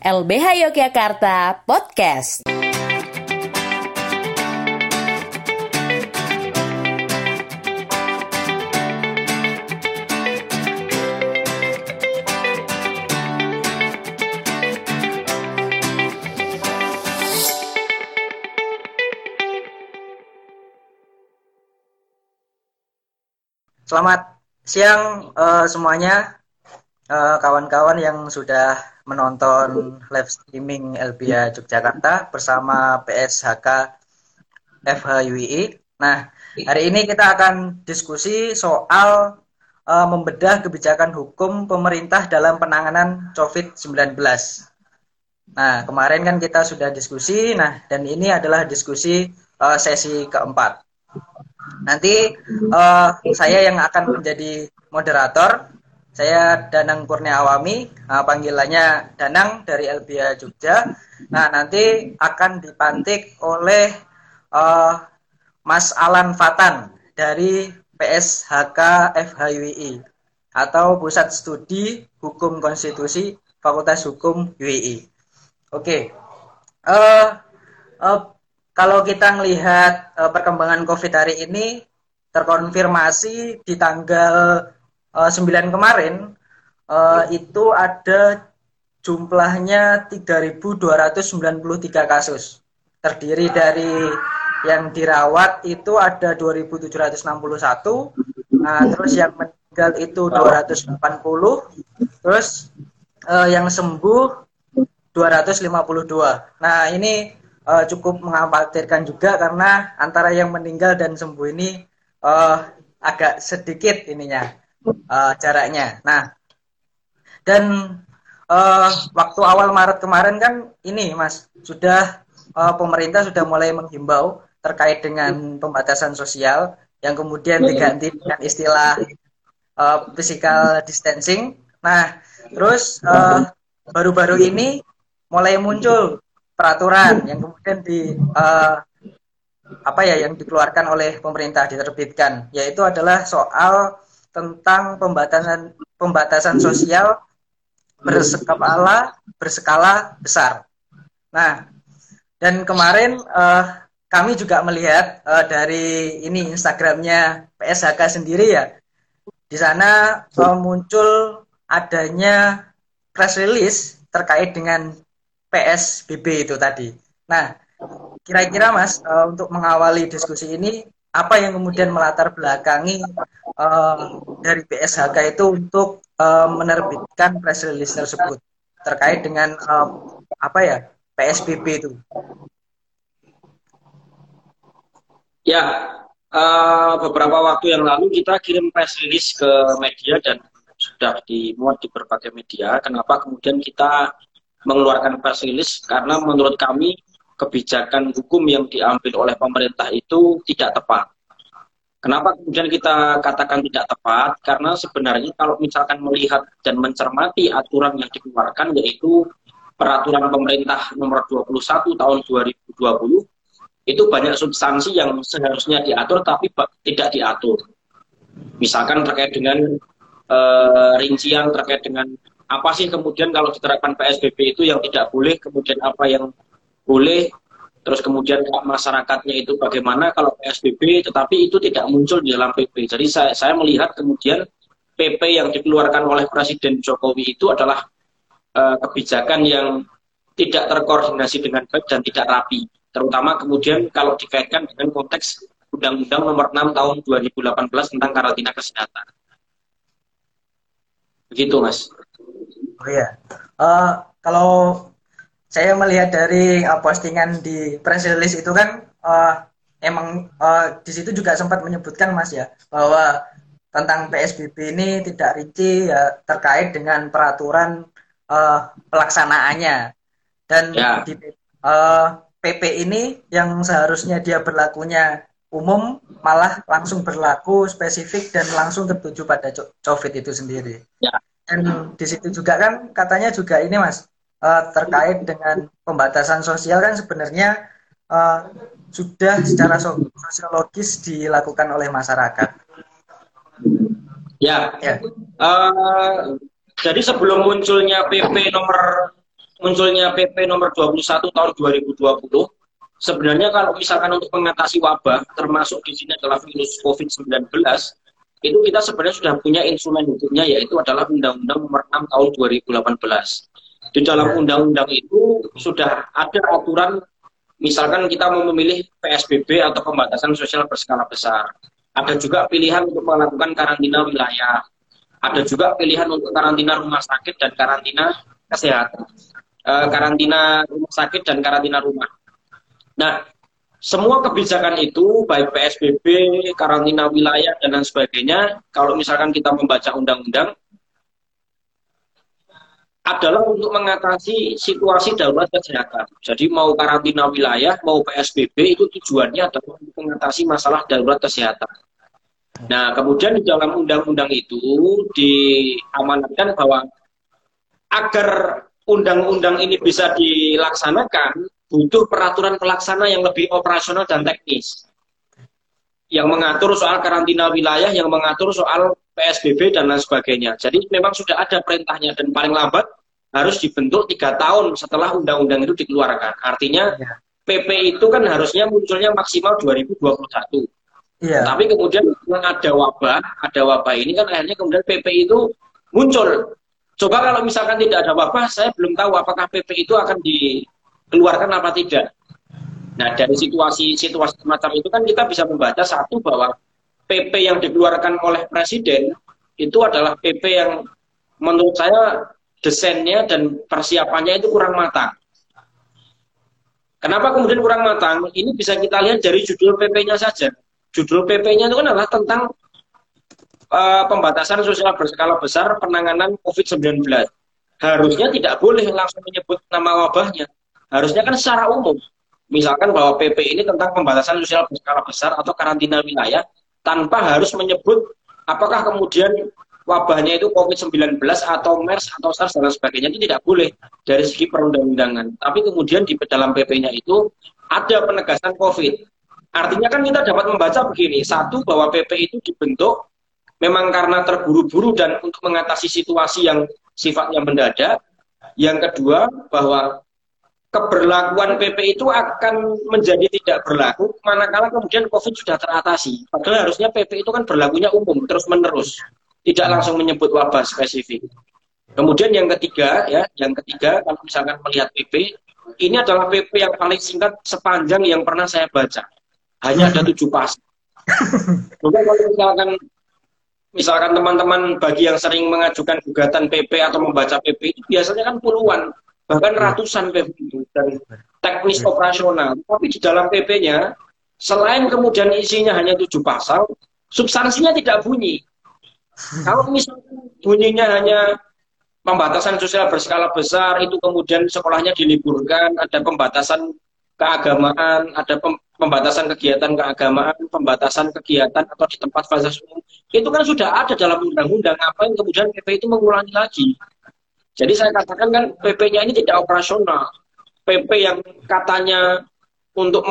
LBH Yogyakarta Podcast. Selamat siang semuanya, kawan-kawan yang sudah menonton live streaming LBH Yogyakarta bersama PSHK FHYUI. Nah, hari ini kita akan diskusi soal membedah kebijakan hukum pemerintah dalam penanganan COVID-19. Nah, kemarin kan kita sudah diskusi, dan ini adalah diskusi sesi keempat. Nanti saya yang akan menjadi moderator. Saya Danang Kurniawami, panggilannya Danang dari LBH Jogja. Nah, nanti akan dipantik oleh Mas Alan Fatan dari PSHK FHYUI atau Pusat Studi Hukum Konstitusi Fakultas Hukum UII. Oke. Kalau kita melihat perkembangan COVID hari ini, terkonfirmasi di tanggal 9 kemarin itu ada jumlahnya 3.293 kasus. Terdiri dari yang dirawat itu ada 2.761, terus yang meninggal itu 280, terus yang sembuh 252. Nah, ini cukup mengkhawatirkan juga karena antara yang meninggal dan sembuh ini agak sedikit jaraknya. Nah, dan waktu awal Maret kemarin kan ini Mas, pemerintah sudah mulai menghimbau terkait dengan pembatasan sosial yang kemudian diganti dengan istilah physical distancing. Nah, terus baru-baru ini mulai muncul peraturan yang kemudian yang dikeluarkan oleh pemerintah, diterbitkan, yaitu adalah soal tentang pembatasan sosial berskala besar. Nah, dan kemarin kami juga melihat dari ini Instagramnya PSHK sendiri ya, di sana muncul adanya press release terkait dengan PSBB itu tadi. Nah, kira-kira Mas, untuk mengawali diskusi ini, apa yang kemudian melatar belakangi dari PSHK itu untuk menerbitkan press release tersebut terkait dengan PSBB itu? Ya, beberapa waktu yang lalu kita kirim press release ke media dan sudah dimuat di berbagai media. Kenapa kemudian kita mengeluarkan press release? Karena menurut kami kebijakan hukum yang diambil oleh pemerintah itu tidak tepat. Kenapa kemudian kita katakan tidak tepat? Karena sebenarnya kalau misalkan melihat dan mencermati aturan yang dikeluarkan, yaitu peraturan pemerintah nomor 21 tahun 2020, itu banyak substansi yang seharusnya diatur tapi tidak diatur. Misalkan terkait dengan rincian terkait dengan apa sih kemudian kalau diterapkan PSBB itu yang tidak boleh, kemudian apa yang boleh, terus kemudian masyarakatnya itu bagaimana kalau PSBB, tetapi itu tidak muncul di dalam PP. Jadi saya melihat kemudian PP yang dikeluarkan oleh Presiden Jokowi itu adalah kebijakan yang tidak terkoordinasi dengan baik dan tidak rapi. Terutama kemudian kalau dikaitkan dengan konteks Undang-Undang Nomor 6 Tahun 2018 tentang karantina kesehatan. Begitu, Mas. Oh iya. Kalau saya melihat dari postingan di press release itu kan di situ juga sempat menyebutkan Mas ya bahwa tentang PSBB ini tidak rinci ya, terkait dengan peraturan pelaksanaannya, dan di PP ini yang seharusnya dia berlakunya umum malah langsung berlaku spesifik dan langsung tertuju pada COVID itu sendiri. Ya. Dan di situ juga kan katanya juga ini Mas, terkait dengan pembatasan sosial kan sebenarnya sudah secara sosiologis dilakukan oleh masyarakat. Ya. Jadi sebelum munculnya PP nomor munculnya PP nomor 21 tahun 2020, sebenarnya kalau misalkan untuk mengatasi wabah, termasuk di sini adalah virus COVID-19, itu kita sebenarnya sudah punya instrumen hukumnya, yaitu adalah Undang-Undang nomor 6 tahun 2018. Di dalam undang-undang itu sudah ada aturan, misalkan kita mau memilih PSBB atau pembatasan sosial berskala besar. Ada juga pilihan untuk melakukan karantina wilayah. Ada juga pilihan untuk karantina rumah sakit dan karantina kesehatan. Karantina rumah sakit dan karantina rumah. Nah, semua kebijakan itu, baik PSBB, karantina wilayah, dan lain sebagainya, kalau misalkan kita membaca undang-undang, adalah untuk mengatasi situasi darurat kesehatan. Jadi mau karantina wilayah, mau PSBB, itu tujuannya adalah untuk mengatasi masalah darurat kesehatan. Nah, kemudian di dalam undang-undang itu diamanatkan bahwa agar undang-undang ini bisa dilaksanakan, butuh peraturan pelaksana yang lebih operasional dan teknis. Yang mengatur soal karantina wilayah, yang mengatur soal PSBB, dan lain sebagainya. Jadi memang sudah ada perintahnya, dan paling lambat harus dibentuk 3 tahun setelah undang-undang itu dikeluarkan. Artinya PP itu kan harusnya munculnya maksimal 2021. Ya. Tapi kemudian ada wabah ini kan akhirnya kemudian PP itu muncul. Coba kalau misalkan tidak ada wabah, saya belum tahu apakah PP itu akan dikeluarkan apa tidak. Nah, dari situasi semacam itu kan kita bisa membaca satu, bahwa PP yang dikeluarkan oleh Presiden itu adalah PP yang menurut saya desainnya dan persiapannya itu kurang matang. Kenapa kemudian kurang matang? Ini bisa kita lihat dari judul PP-nya saja. Judul PP-nya itu kan adalah tentang pembatasan sosial berskala besar penanganan COVID-19. Harusnya tidak boleh langsung menyebut nama wabahnya. Harusnya kan secara umum. Misalkan bahwa PP ini tentang pembatasan sosial berskala besar atau karantina wilayah, tanpa harus menyebut apakah kemudian wabahnya itu COVID-19 atau MERS atau SARS dan sebagainya. Itu tidak boleh dari segi perundang-undangan. Tapi kemudian di dalam PP-nya itu ada penegasan COVID. Artinya kan kita dapat membaca begini, satu, bahwa PP itu dibentuk memang karena terburu-buru dan untuk mengatasi situasi yang sifatnya mendadak. Yang kedua, bahwa keberlakuan PP itu akan menjadi tidak berlaku manakala kemudian COVID sudah teratasi. Padahal harusnya PP itu kan berlakunya umum, terus-menerus, tidak langsung menyebut wabah spesifik. Kemudian yang ketiga, kalau misalkan melihat PP, ini adalah PP yang paling singkat sepanjang yang pernah saya baca. Hanya ada 7 pasal. Mungkin kalau misalkan teman-teman bagi yang sering mengajukan gugatan PP atau membaca PP itu biasanya kan puluhan, bahkan ratusan PP itu dan teknis operasional. Tapi di dalam PP-nya, selain kemudian isinya hanya 7 pasal, substansinya tidak bunyi. Kalau misalkan bunyinya hanya pembatasan sosial berskala besar, itu kemudian sekolahnya diliburkan, ada pembatasan keagamaan, ada pembatasan kegiatan keagamaan, pembatasan kegiatan atau di tempat fasilitas umum, itu kan sudah ada dalam undang-undang. Apa yang kemudian PP itu mengulangi lagi? Jadi saya katakan kan PP-nya ini tidak operasional. PP yang katanya untuk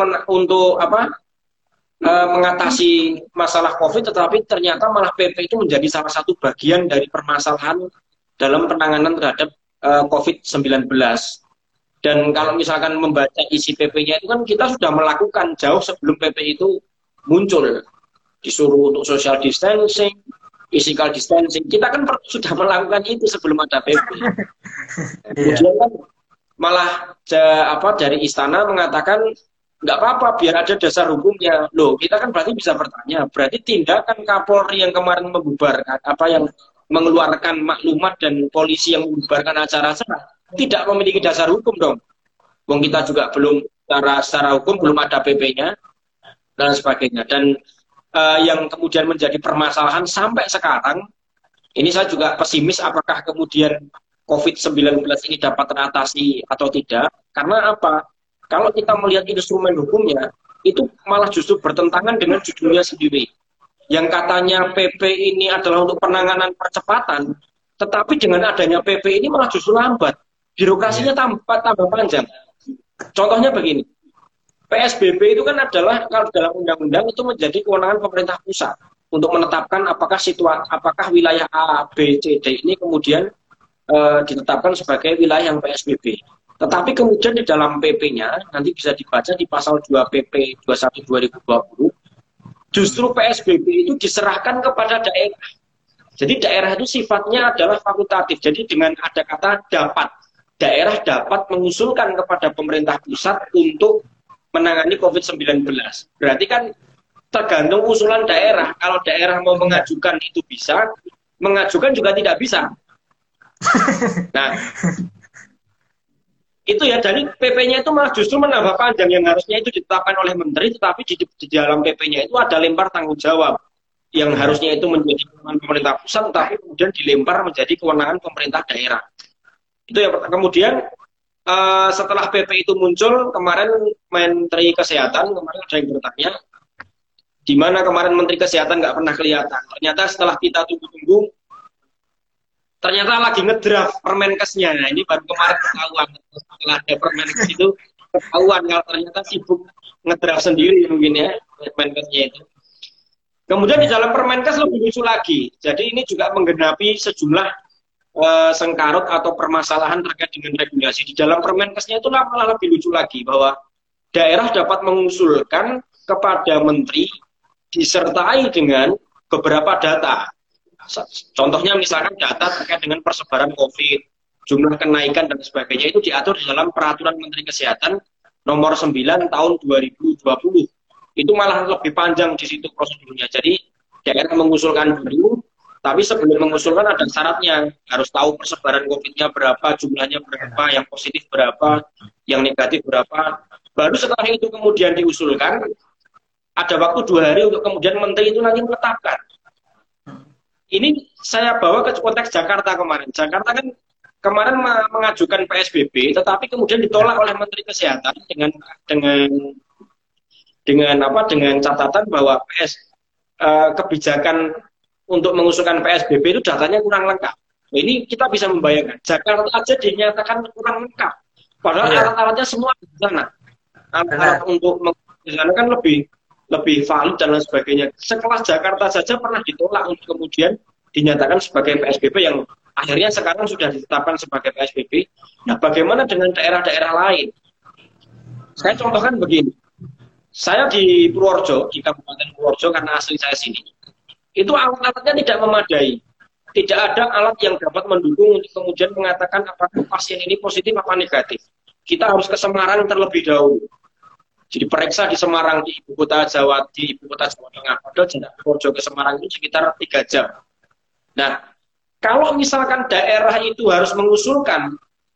mengatasi masalah COVID, tetapi ternyata malah PP itu menjadi salah satu bagian dari permasalahan dalam penanganan terhadap COVID-19. Dan kalau misalkan membaca isi PP-nya itu kan kita sudah melakukan jauh sebelum PP itu muncul. Disuruh untuk social distancing, physical distancing. Kita kan sudah melakukan itu sebelum ada PP. Kemudian kan malah dari istana mengatakan nggak apa-apa biar ada dasar hukumnya. Loh, kita kan berarti bisa bertanya, berarti tindakan Kapolri yang kemarin membubarkan, yang mengeluarkan maklumat dan polisi yang membubarkan acara-acara tidak memiliki dasar hukum dong. Wong kita juga belum secara hukum belum ada PP-nya dan sebagainya. Dan yang kemudian menjadi permasalahan sampai sekarang, ini saya juga pesimis apakah kemudian COVID-19 ini dapat teratasi atau tidak. Karena apa? Kalau kita melihat instrumen hukumnya, itu malah justru bertentangan dengan judulnya sendiri. Yang katanya PP ini adalah untuk penanganan percepatan, tetapi dengan adanya PP ini malah justru lambat. Birokrasinya tambah panjang. Contohnya begini, PSBB itu kan adalah kalau dalam undang-undang itu menjadi kewenangan pemerintah pusat untuk menetapkan apakah wilayah A, B, C, D ini kemudian ditetapkan sebagai wilayah yang PSBB. Tetapi kemudian di dalam PP-nya, nanti bisa dibaca di pasal 2 PP 21 2020, justru PSBB itu diserahkan kepada daerah. Jadi daerah itu sifatnya adalah fakultatif. Jadi dengan ada kata dapat, daerah dapat mengusulkan kepada pemerintah pusat untuk menangani COVID-19. Berarti kan tergantung usulan daerah. Kalau daerah mau mengajukan itu bisa, mengajukan juga tidak bisa. Nah, itu ya, dari PP-nya itu malah justru menambah panjang, yang harusnya itu ditetapkan oleh menteri, tetapi di dalam PP-nya itu ada lempar tanggung jawab yang harusnya itu menjadi kewenangan pemerintah pusat, tapi kemudian dilempar menjadi kewenangan pemerintah daerah. Itu yang pertama. Kemudian setelah PP itu muncul, kemarin Menteri Kesehatan, kemarin ada yang bertanya, di mana kemarin Menteri Kesehatan nggak pernah kelihatan. Ternyata setelah kita tunggu-tunggu, ternyata lagi ngedraft Permenkesnya. Nah, ini baru kemarin ketahuan. Setelah ada Permenkes itu ketahuan kalau ternyata sibuk ngedraft sendiri mungkin ya Permenkesnya itu. Kemudian di dalam Permenkes lebih lucu lagi. Jadi ini juga menggenapi sejumlah sengkarut atau permasalahan terkait dengan regulasi. Di dalam Permenkesnya itu malah lebih lucu lagi, bahwa daerah dapat mengusulkan kepada menteri disertai dengan beberapa data. Contohnya misalkan data terkait dengan persebaran COVID, jumlah kenaikan dan sebagainya, itu diatur di dalam Peraturan Menteri Kesehatan nomor 9 tahun 2020. Itu malah lebih panjang di situ prosedurnya. Jadi daerah mengusulkan dulu, tapi sebelum mengusulkan ada syaratnya. Harus tahu persebaran COVID-nya berapa, jumlahnya berapa, yang positif berapa, yang negatif berapa. Baru setelah itu kemudian diusulkan, ada waktu 2 hari untuk kemudian menteri itu nanti menetapkan. Ini saya bawa ke konteks Jakarta kemarin. Jakarta kan kemarin mengajukan PSBB, tetapi kemudian ditolak oleh Menteri Kesehatan dengan catatan bahwa kebijakan untuk mengusulkan PSBB itu datanya kurang lengkap. Nah, ini kita bisa membayangkan, Jakarta aja dinyatakan kurang lengkap, padahal alat-alatnya semua di sana. Alat untuk di sana kan lebih valid dan lain sebagainya. Sekelas Jakarta saja pernah ditolak untuk kemudian dinyatakan sebagai PSBB yang akhirnya sekarang sudah ditetapkan sebagai PSBB. Nah, bagaimana dengan daerah-daerah lain? Saya contohkan begini. Saya di Purworejo, di Kabupaten Purworejo, karena asli saya sini, itu alat-alatnya tidak memadai. Tidak ada alat yang dapat mendukung untuk kemudian mengatakan apakah pasien ini positif apa negatif. Kita harus ke Semarang terlebih dahulu. Jadi periksa di Semarang, di ibu kota Jawa Tengah. Padahal jarak Purworejo ke Semarang itu sekitar 3 jam. Nah, kalau misalkan daerah itu harus mengusulkan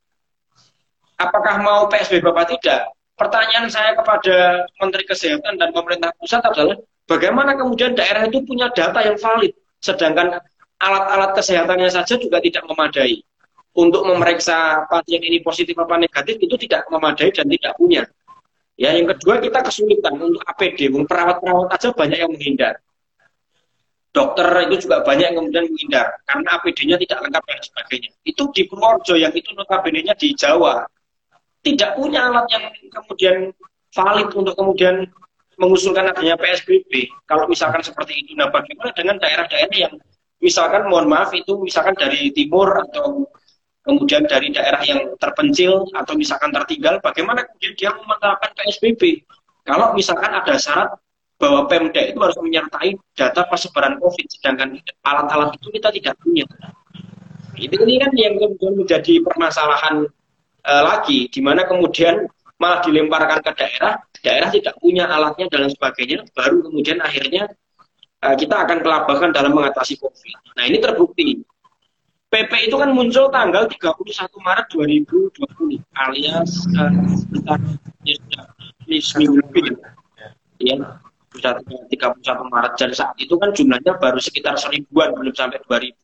apakah mau PSBB apa tidak, pertanyaan saya kepada Menteri Kesehatan dan pemerintah pusat adalah bagaimana kemudian daerah itu punya data yang valid, sedangkan alat-alat kesehatannya saja juga tidak memadai. Untuk memeriksa pasien ini positif apa negatif itu tidak memadai dan tidak punya. Ya, yang kedua, kita kesulitan untuk APD. Perawat-perawat aja banyak yang menghindar. Dokter itu juga banyak yang kemudian menghindar karena APD-nya tidak lengkap dan sebagainya. Itu di Purworejo yang itu notabene-nya di Jawa. Tidak punya alat yang kemudian valid untuk kemudian mengusulkan adanya PSBB. Kalau misalkan seperti itu, nah bagaimana dengan daerah-daerah yang misalkan, mohon maaf, itu misalkan dari timur atau kemudian dari daerah yang terpencil atau misalkan tertinggal, bagaimana kemudian dia menerapkan PSBB? Kalau misalkan ada syarat bahwa Pemda itu harus menyertai data persebaran COVID, sedangkan alat-alat itu kita tidak punya. Ini kan yang kemudian menjadi permasalahan lagi, di mana kemudian malah dilemparkan ke daerah, daerah tidak punya alatnya dan sebagainya, baru kemudian akhirnya kita akan kelabakan dalam mengatasi COVID. Nah, ini terbukti. PP itu kan muncul tanggal 31 Maret 2020 alias sekitar seminggu lebih ya, sudah 31 Maret, dan saat itu kan jumlahnya baru sekitar 1000-an, belum sampai 2000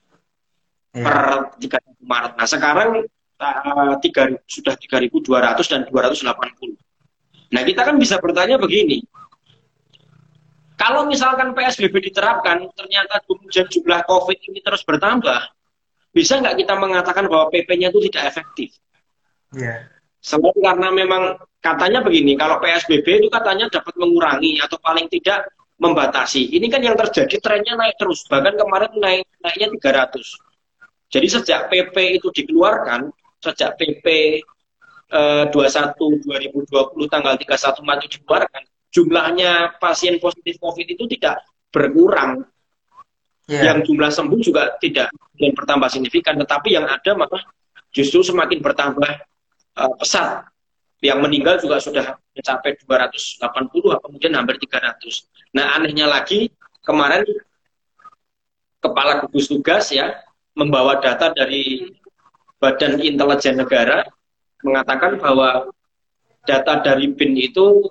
per 31 Maret. Nah, sekarang sudah 3.200 dan 280. Nah, kita kan bisa bertanya begini, kalau misalkan PSBB diterapkan ternyata kemudian jumlah COVID ini terus bertambah, bisa nggak kita mengatakan bahwa PP-nya itu tidak efektif? Selain karena memang katanya begini, kalau PSBB itu katanya dapat mengurangi atau paling tidak membatasi. Ini kan yang terjadi, trennya naik terus. Bahkan kemarin naiknya 300. Jadi sejak PP itu dikeluarkan, sejak PP 21 2020 tanggal 31 Maret dikeluarkan, jumlahnya pasien positif COVID itu tidak berkurang. Yang jumlah sembuh juga tidak dan bertambah signifikan, tetapi yang ada malah justru semakin bertambah pesat. Yang meninggal juga sudah mencapai 280, kemudian hampir 300. Nah, anehnya lagi, kemarin Kepala Gugus Tugas ya membawa data dari Badan Intelijen Negara mengatakan bahwa data dari BIN itu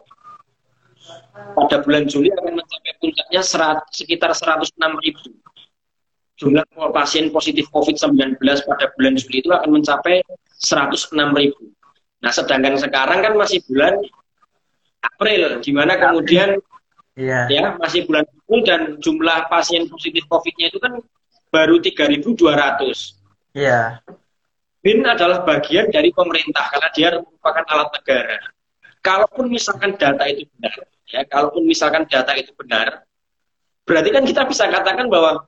pada bulan Juli akan mencapai puncaknya sekitar 106.000. Jumlah pasien positif COVID-19 pada bulan Juli itu akan mencapai 106.000. Nah, sedangkan sekarang kan masih bulan April, di mana kemudian ya masih bulan April dan jumlah pasien positif COVID-nya itu kan baru 3.200. Iya. BIN adalah bagian dari pemerintah karena dia merupakan alat negara. Kalaupun misalkan data itu benar, ya, kalaupun misalkan data itu benar, berarti kan kita bisa katakan bahwa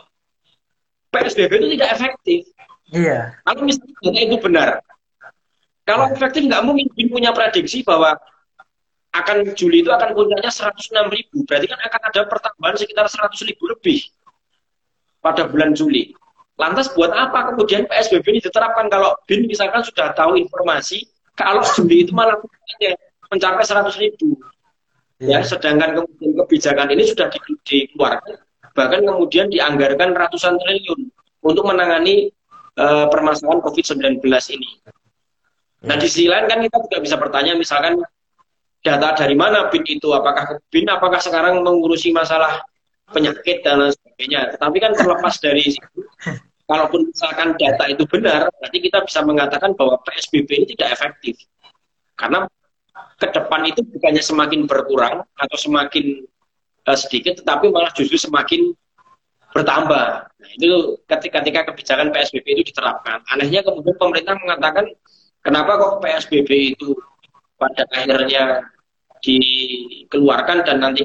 PSBB itu tidak efektif. Iya. Kalau misalnya data itu benar, kalau efektif nggak mungkin BIN punya prediksi bahwa akan Juli itu akan puncaknya 106.000. Berarti kan akan ada pertambahan sekitar 100.000 lebih pada bulan Juli. Lantas buat apa kemudian PSBB ini diterapkan kalau BIN misalkan sudah tahu informasi kalau Juli itu malah mencapai 100.000. Ya, sedangkan kemudian kebijakan ini sudah dikeluarkan, bahkan kemudian dianggarkan ratusan triliun untuk menangani permasalahan COVID-19 ini. Nah, di sisi lain kan kita juga bisa bertanya, misalkan data dari mana BIN itu? Apakah sekarang mengurusi masalah penyakit dan lain sebagainya? Tetapi kan terlepas dari situ, kalaupun misalkan data itu benar, berarti kita bisa mengatakan bahwa PSBB ini tidak efektif. Karena ke depan itu bukannya semakin berkurang atau semakin sedikit, tetapi malah justru semakin bertambah. Nah, itu ketika kebijakan PSBB itu diterapkan. Anehnya kemudian pemerintah mengatakan, kenapa kok PSBB itu pada akhirnya dikeluarkan dan nanti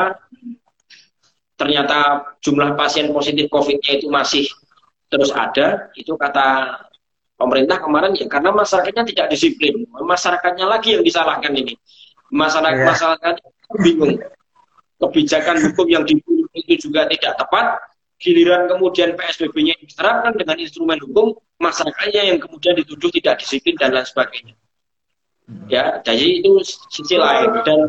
ternyata jumlah pasien positif COVID-nya itu masih terus ada. Itu kata pemerintah kemarin ya karena masyarakatnya tidak disiplin. Masyarakatnya lagi yang disalahkan ini. Masyarakat bingung. Kebijakan hukum yang dibuat itu juga tidak tepat. Giliran kemudian PSBB-nya diterapkan dengan instrumen hukum, masyarakatnya yang kemudian dituduh tidak disiplin dan lain sebagainya. Ya, jadi itu sisi lain. Dan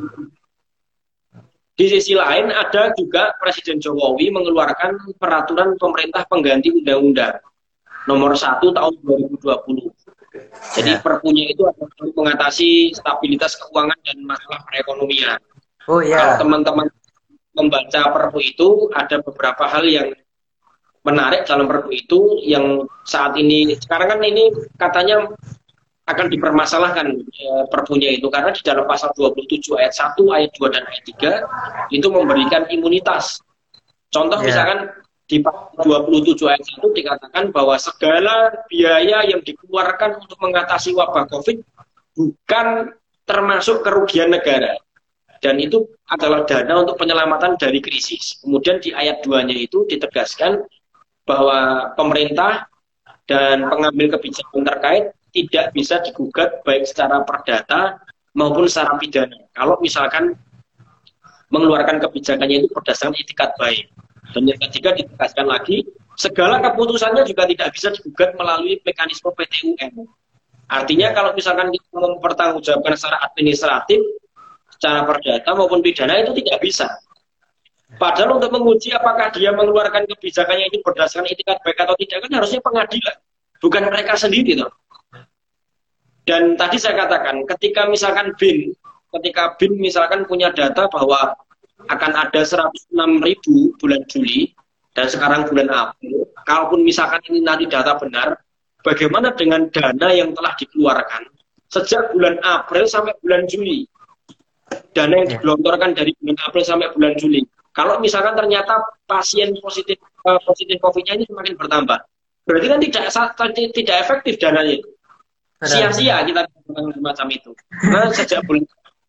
di sisi lain ada juga Presiden Jokowi mengeluarkan peraturan pemerintah pengganti Undang-Undang nomor 1 tahun 2020. Jadi perpunya itu adalah untuk mengatasi stabilitas keuangan dan masalah perekonomian. Kalau teman-teman membaca perpu itu, ada beberapa hal yang menarik dalam perpu itu yang saat ini, sekarang kan ini katanya akan dipermasalahkan perpunya itu karena di dalam pasal 27 ayat 1, ayat 2 dan ayat 3 itu memberikan imunitas. Contoh misalkan di pasal 27 ayat 1 dikatakan bahwa segala biaya yang dikeluarkan untuk mengatasi wabah COVID bukan termasuk kerugian negara. Dan itu adalah dana untuk penyelamatan dari krisis. Kemudian di ayat 2-nya itu ditegaskan bahwa pemerintah dan pengambil kebijakan terkait tidak bisa digugat baik secara perdata maupun secara pidana. Kalau misalkan mengeluarkan kebijakannya itu berdasarkan itikat baik. Dan yang ketiga ditegaskan lagi, segala keputusannya juga tidak bisa digugat melalui mekanisme PT-UN. Artinya kalau misalkan kita mempertanggungjawabkan secara administratif, secara perdata maupun pidana itu tidak bisa. Padahal untuk menguji apakah dia mengeluarkan kebijakannya itu berdasarkan itikat baik atau tidak kan harusnya pengadilan, bukan mereka sendiri toh. Dan tadi saya katakan, ketika BIN misalkan punya data bahwa akan ada 106.000 bulan Juli dan sekarang bulan April, kalaupun misalkan ini nanti data benar, bagaimana dengan dana yang telah dikeluarkan sejak bulan April sampai bulan Juli? Dana yang digelontorkan dari bulan April sampai bulan Juli. Kalau misalkan ternyata pasien positif COVID-nya ini semakin bertambah, berarti kan tidak efektif dananya. Sia-sia kita semacam itu. Karena sejak bulan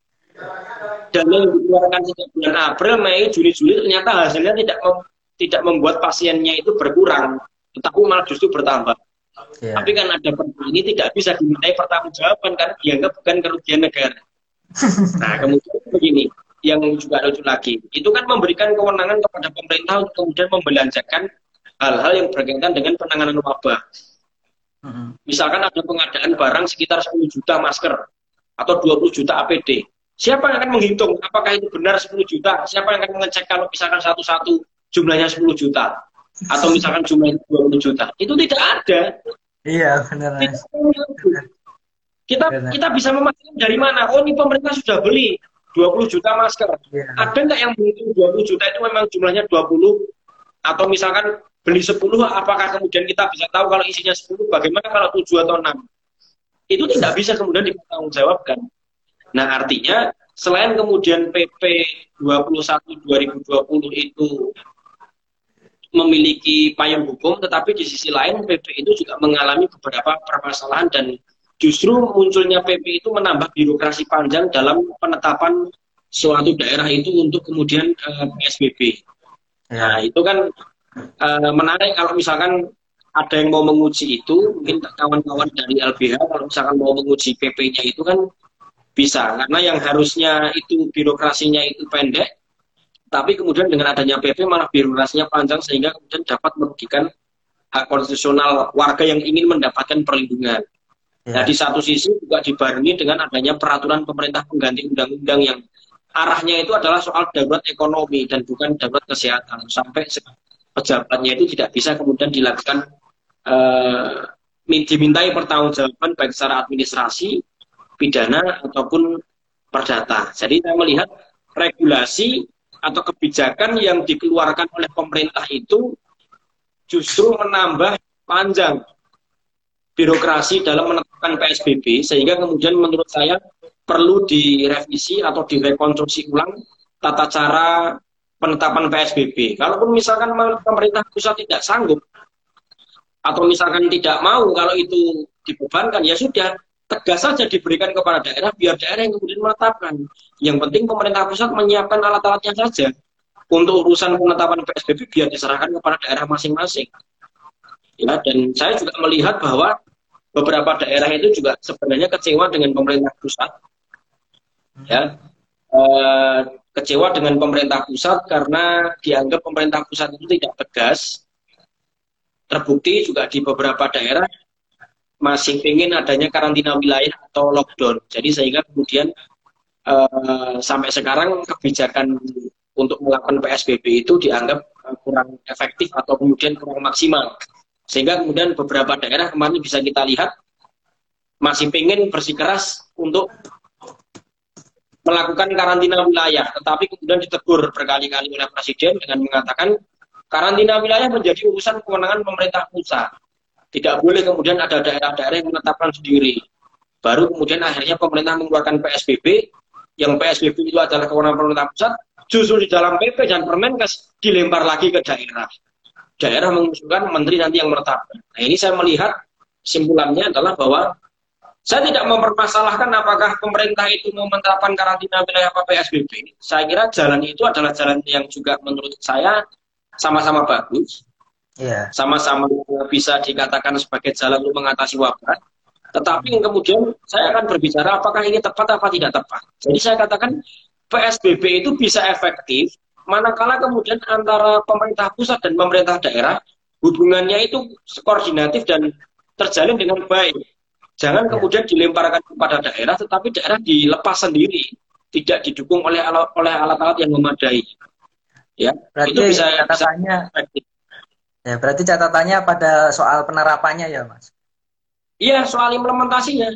dana yang dikeluarkan sejak bulan April, Mei, Juni, Juli ternyata hasilnya tidak membuat pasiennya itu berkurang, tetapi malah justru bertambah. Iya. Tapi kan ada perpu ini tidak bisa dimintai pertanggungjawaban karena dianggap bukan kerugian negara. Nah, kemudian begini, yang juga lucu lagi, itu kan memberikan kewenangan kepada pemerintah untuk kemudian membelanjakan hal-hal yang berkaitan dengan penanganan wabah. Misalkan ada pengadaan barang sekitar 10 juta masker atau 20 juta APD. Siapa yang akan menghitung apakah itu benar 10 juta? Siapa yang akan mengecek kalau misalkan satu-satu jumlahnya 10 juta? Atau misalkan jumlahnya 20 juta? Itu tidak ada. Iya, benar. Kita bisa memastikan dari mana? Oh, ini pemerintah sudah beli 20 juta masker. Iya. Ada nggak yang menghitung 20 juta itu memang jumlahnya 20? Atau misalkan beli 10, apakah kemudian kita bisa tahu kalau isinya 10, bagaimana kalau 7 atau 6? Itu tidak bisa kemudian dipertanggungjawabkan. Nah, artinya selain kemudian PP 21 2020 itu memiliki payung hukum, tetapi di sisi lain PP itu juga mengalami beberapa permasalahan dan justru munculnya PP itu menambah birokrasi panjang dalam penetapan suatu daerah itu untuk kemudian PSBB. Nah, itu kan menarik kalau misalkan ada yang mau menguji itu, mungkin kawan-kawan dari LBH kalau misalkan mau menguji PP-nya itu kan bisa, karena yang harusnya itu birokrasinya itu pendek, tapi kemudian dengan adanya PP malah birokrasinya panjang sehingga kemudian dapat merugikan hak konstitusional warga yang ingin mendapatkan perlindungan. Nah, di satu sisi juga dibarengi dengan adanya peraturan pemerintah pengganti undang-undang yang arahnya itu adalah soal darurat ekonomi dan bukan darurat kesehatan. Sampai pejabatnya itu tidak bisa kemudian dilakukan dimintai pertanggungjawaban baik secara administrasi, pidana ataupun perdata. Jadi saya melihat regulasi atau kebijakan yang dikeluarkan oleh pemerintah itu justru menambah panjang birokrasi dalam menetapkan PSBB, sehingga kemudian menurut saya perlu direvisi atau direkonstruksi ulang tata cara penetapan PSBB. Kalaupun misalkan pemerintah pusat tidak sanggup atau misalkan tidak mau kalau itu dibebankan, ya sudah, tegas saja diberikan kepada daerah, biar daerah yang kemudian menetapkan. Yang penting pemerintah pusat menyiapkan alat-alatnya saja. Untuk urusan penetapan PSBB biar diserahkan kepada daerah masing-masing. Ya, dan saya juga melihat bahwa beberapa daerah itu juga sebenarnya kecewa dengan pemerintah pusat. Ya, kecewa dengan pemerintah pusat karena dianggap pemerintah pusat itu tidak tegas. Terbukti juga di beberapa daerah masih ingin adanya karantina wilayah atau lockdown. Jadi sehingga kemudian sampai sekarang kebijakan untuk melakukan PSBB itu dianggap kurang efektif atau kemudian kurang maksimal. Sehingga kemudian beberapa daerah kemarin bisa kita lihat masih ingin bersikeras untuk melakukan karantina wilayah, tetapi kemudian ditegur berkali-kali oleh Presiden dengan mengatakan karantina wilayah menjadi urusan kewenangan pemerintah pusat. Tidak boleh kemudian ada daerah-daerah yang menetapkan sendiri. Baru kemudian akhirnya pemerintah mengeluarkan PSBB, yang PSBB itu adalah kewenangan pemerintah pusat, justru di dalam PP dan Permenkes dilempar lagi ke daerah. Daerah mengusulkan menteri nanti yang menetapkan. Nah, ini saya melihat kesimpulannya adalah bahwa saya tidak mempermasalahkan apakah pemerintah itu mau menerapkan karantina wilayah apa PSBB. Saya kira jalan itu adalah jalan yang juga menurut saya sama-sama bagus. Sama-sama bisa dikatakan sebagai jalan untuk mengatasi wabah. Tetapi kemudian saya akan berbicara apakah ini tepat atau tidak tepat. Jadi saya katakan PSBB itu bisa efektif manakala kemudian antara pemerintah pusat dan pemerintah daerah hubungannya itu koordinatif dan terjalin dengan baik. Jangan kemudian dilemparkan kepada daerah, tetapi daerah dilepas sendiri, tidak didukung oleh alat-alat yang memadai. Ya, berarti itu bisa efektif. Ya, berarti catatannya pada soal penerapannya ya, Mas? Iya, soal implementasinya.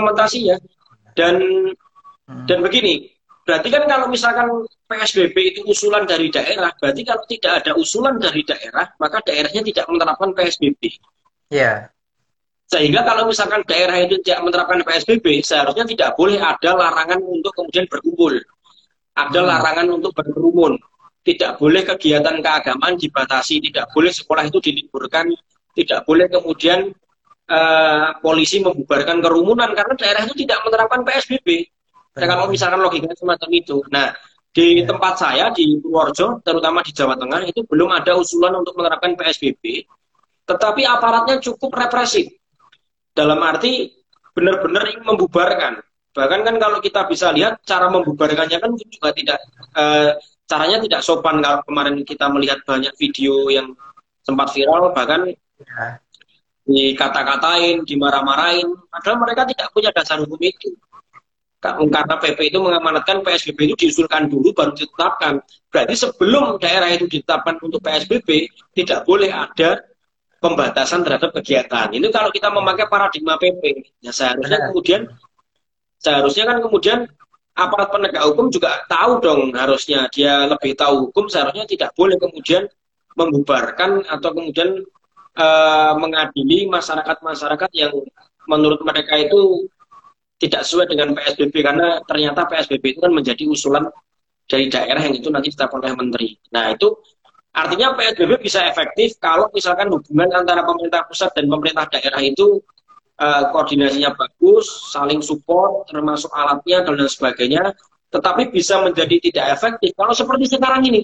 Dan begini, berarti kan kalau misalkan PSBB itu usulan dari daerah, berarti kalau tidak ada usulan dari daerah, maka daerahnya tidak menerapkan PSBB. Iya. Sehingga kalau misalkan daerah itu tidak menerapkan PSBB, seharusnya tidak boleh ada larangan untuk kemudian berkumpul. Ada larangan untuk berkerumun. Tidak boleh kegiatan keagamaan dibatasi, tidak boleh sekolah itu diliburkan, tidak boleh kemudian polisi membubarkan kerumunan karena daerah itu tidak menerapkan PSBB. Nah, kalau misalkan logikanya semacam itu. Nah, di tempat saya di Purworejo, terutama di Jawa Tengah, itu belum ada usulan untuk menerapkan PSBB. tetapi aparatnya cukup represif. Dalam arti benar-benar ingin membubarkan. Bahkan kan kalau kita bisa lihat cara membubarkannya kan juga tidak caranya tidak sopan. Kalau kemarin kita melihat banyak video yang sempat viral, bahkan dikata-katain, dimarah-marahin, padahal mereka tidak punya dasar hukum itu. Karena PP itu mengamanatkan PSBB itu diusulkan dulu baru ditetapkan. Berarti sebelum daerah itu ditetapkan untuk PSBB, tidak boleh ada pembatasan terhadap kegiatan. Ini kalau kita memakai paradigma PP, ya seharusnya kan kemudian aparat penegak hukum juga tahu dong, harusnya dia lebih tahu hukum, seharusnya tidak boleh kemudian membubarkan atau kemudian mengadili masyarakat-masyarakat yang menurut mereka itu tidak sesuai dengan PSBB, karena ternyata PSBB itu kan menjadi usulan dari daerah yang itu nanti ditetapkan oleh menteri. Nah itu artinya PSBB bisa efektif kalau misalkan hubungan antara pemerintah pusat dan pemerintah daerah itu koordinasinya bagus, saling support, termasuk alatnya dan lain sebagainya, tetapi bisa menjadi tidak efektif kalau seperti sekarang ini.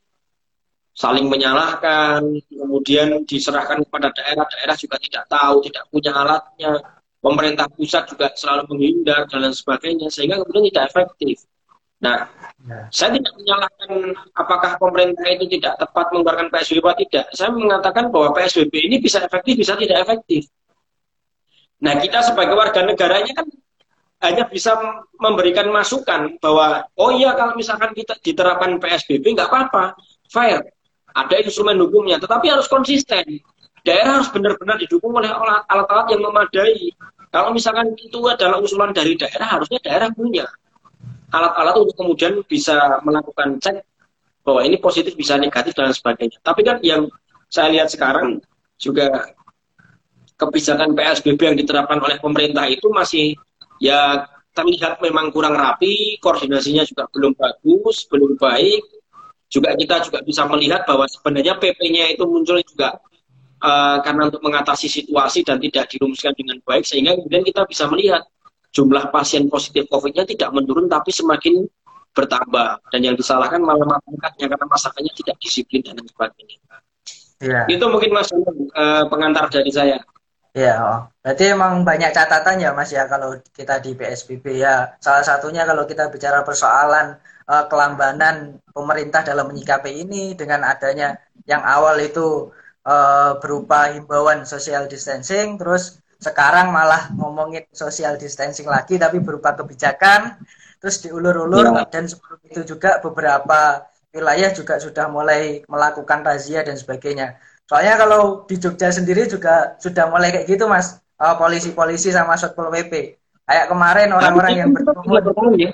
Saling menyalahkan, kemudian diserahkan kepada daerah juga tidak tahu, tidak punya alatnya, pemerintah pusat juga selalu menghindar dan lain sebagainya, sehingga kemudian tidak efektif. Nah, saya tidak menyalahkan apakah pemerintah itu tidak tepat mengeluarkan PSBB atau tidak. Saya mengatakan bahwa PSBB ini bisa efektif, bisa tidak efektif. Nah, kita sebagai warga negaranya kan hanya bisa memberikan masukan bahwa, oh iya kalau misalkan kita diterapkan PSBB nggak apa-apa, fair. Ada instrumen hukumnya, tetapi harus konsisten. Daerah harus benar-benar didukung oleh alat-alat yang memadai. Kalau misalkan itu adalah usulan dari daerah, harusnya daerah punya alat-alat untuk kemudian bisa melakukan cek bahwa ini positif, bisa negatif, dan sebagainya. Tapi kan yang saya lihat sekarang juga kebijakan PSBB yang diterapkan oleh pemerintah itu masih ya terlihat memang kurang rapi, koordinasinya juga belum bagus, belum baik. Juga kita juga bisa melihat bahwa sebenarnya PP-nya itu muncul juga karena untuk mengatasi situasi dan tidak dirumuskan dengan baik, sehingga kemudian kita bisa melihat jumlah pasien positif COVID-nya tidak menurun tapi semakin bertambah, dan yang disalahkan malah masyarakatnya karena masyarakatnya tidak disiplin dan sebagainya. Ya. Itu mungkin Mas pengantar dari saya. Ya, berarti emang banyak catatan ya Mas ya kalau kita di PSBB ya. Salah satunya kalau kita bicara persoalan kelambanan pemerintah dalam menyikapi ini dengan adanya yang awal itu berupa himbauan social distancing, terus sekarang malah ngomongin social distancing lagi tapi berupa kebijakan, terus diulur-ulur dan sebelum itu juga beberapa wilayah juga sudah mulai melakukan razia dan sebagainya. Soalnya kalau di Jogja sendiri juga sudah mulai kayak gitu Mas, polisi-polisi sama Satpol PP. Kayak kemarin orang-orang yang berkerumun.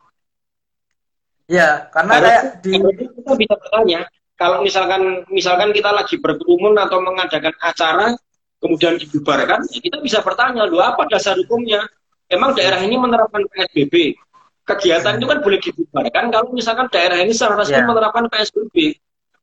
Ya, karena kayak kita bisa bertanya, kalau misalkan kita lagi berkerumun atau mengadakan acara kemudian dibubarkan, ya kita bisa bertanya, lu apa dasar hukumnya? Emang daerah ini menerapkan PSBB? Kegiatan itu kan boleh dibubarkan kalau misalkan daerah ini secara resmi menerapkan PSBB.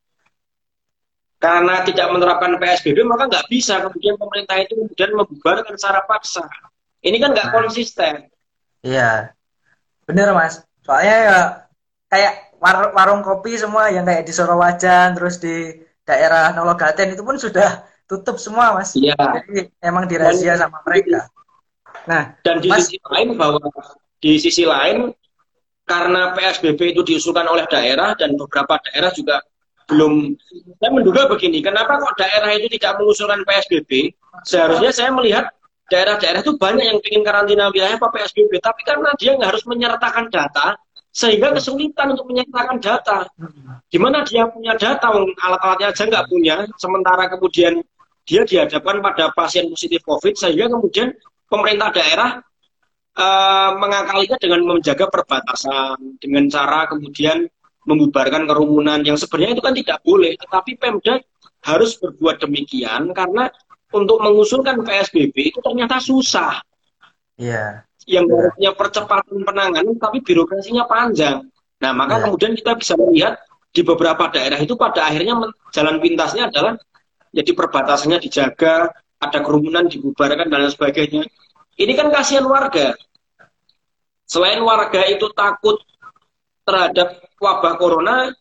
Karena tidak menerapkan PSBB, maka nggak bisa kemudian pemerintah itu kemudian membubarkan secara paksa. Ini kan nggak konsisten. Iya, bener Mas. Soalnya ya kayak warung kopi semua yang kayak di Sorowajan, terus di daerah Nologaten itu pun sudah tutup semua Mas. Iya. Jadi emang dirazia sama mereka. Nah, dan di sisi lain karena PSBB itu diusulkan oleh daerah dan beberapa daerah juga belum, saya menduga begini, kenapa kok daerah itu tidak mengusulkan PSBB? Seharusnya saya melihat daerah-daerah itu banyak yang ingin karantina wilayah apa PSBB, tapi karena dia nggak harus menyertakan data, sehingga kesulitan untuk menyertakan data. Gimana dia punya data, alat-alatnya aja nggak punya, sementara kemudian dia dihadapkan pada pasien positif COVID, sehingga kemudian pemerintah daerah mengakalinya dengan menjaga perbatasan, dengan cara kemudian membubarkan kerumunan yang sebenarnya itu kan tidak boleh, tetapi Pemda harus berbuat demikian karena untuk mengusulkan PSBB itu ternyata susah. Iya. Yang harusnya percepatan penanganan tapi birokrasinya panjang. Nah, maka kemudian kita bisa melihat di beberapa daerah itu pada akhirnya jalan pintasnya adalah jadi perbatasannya dijaga, ada kerumunan dibubarkan dan lain sebagainya. Ini kan kasihan warga. Selain warga itu takut terhadap wabah corona,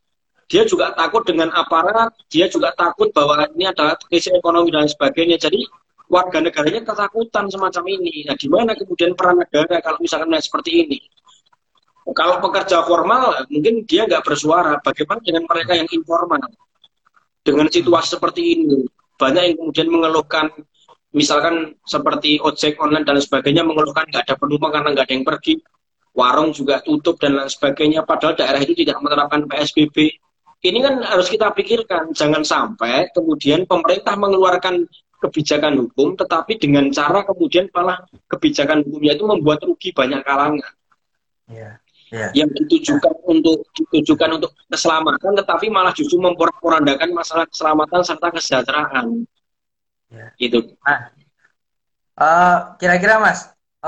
dia juga takut dengan aparat, dia juga takut bahwa ini adalah krisis ekonomi dan sebagainya. Jadi warga negaranya ketakutan semacam ini. Nah, di mana kemudian peran negara kalau misalkan seperti ini? Kalau pekerja formal, mungkin dia nggak bersuara. Bagaimana dengan mereka yang informal? Dengan situasi seperti ini, banyak yang kemudian mengeluhkan, misalkan seperti ojek online dan sebagainya, mengeluhkan nggak ada penumpang karena nggak ada yang pergi. Warung juga tutup dan lain sebagainya. Padahal daerah itu tidak menerapkan PSBB. Ini kan harus kita pikirkan. Jangan sampai kemudian pemerintah mengeluarkan kebijakan hukum, tetapi dengan cara kemudian malah kebijakan hukumnya itu membuat rugi banyak kalangan. Ya. Yang ditujukan untuk keselamatan, tetapi malah justru memporak-porandakan masalah keselamatan serta kesejahteraan. Ya. Gitu. Nah, kira-kira Mas,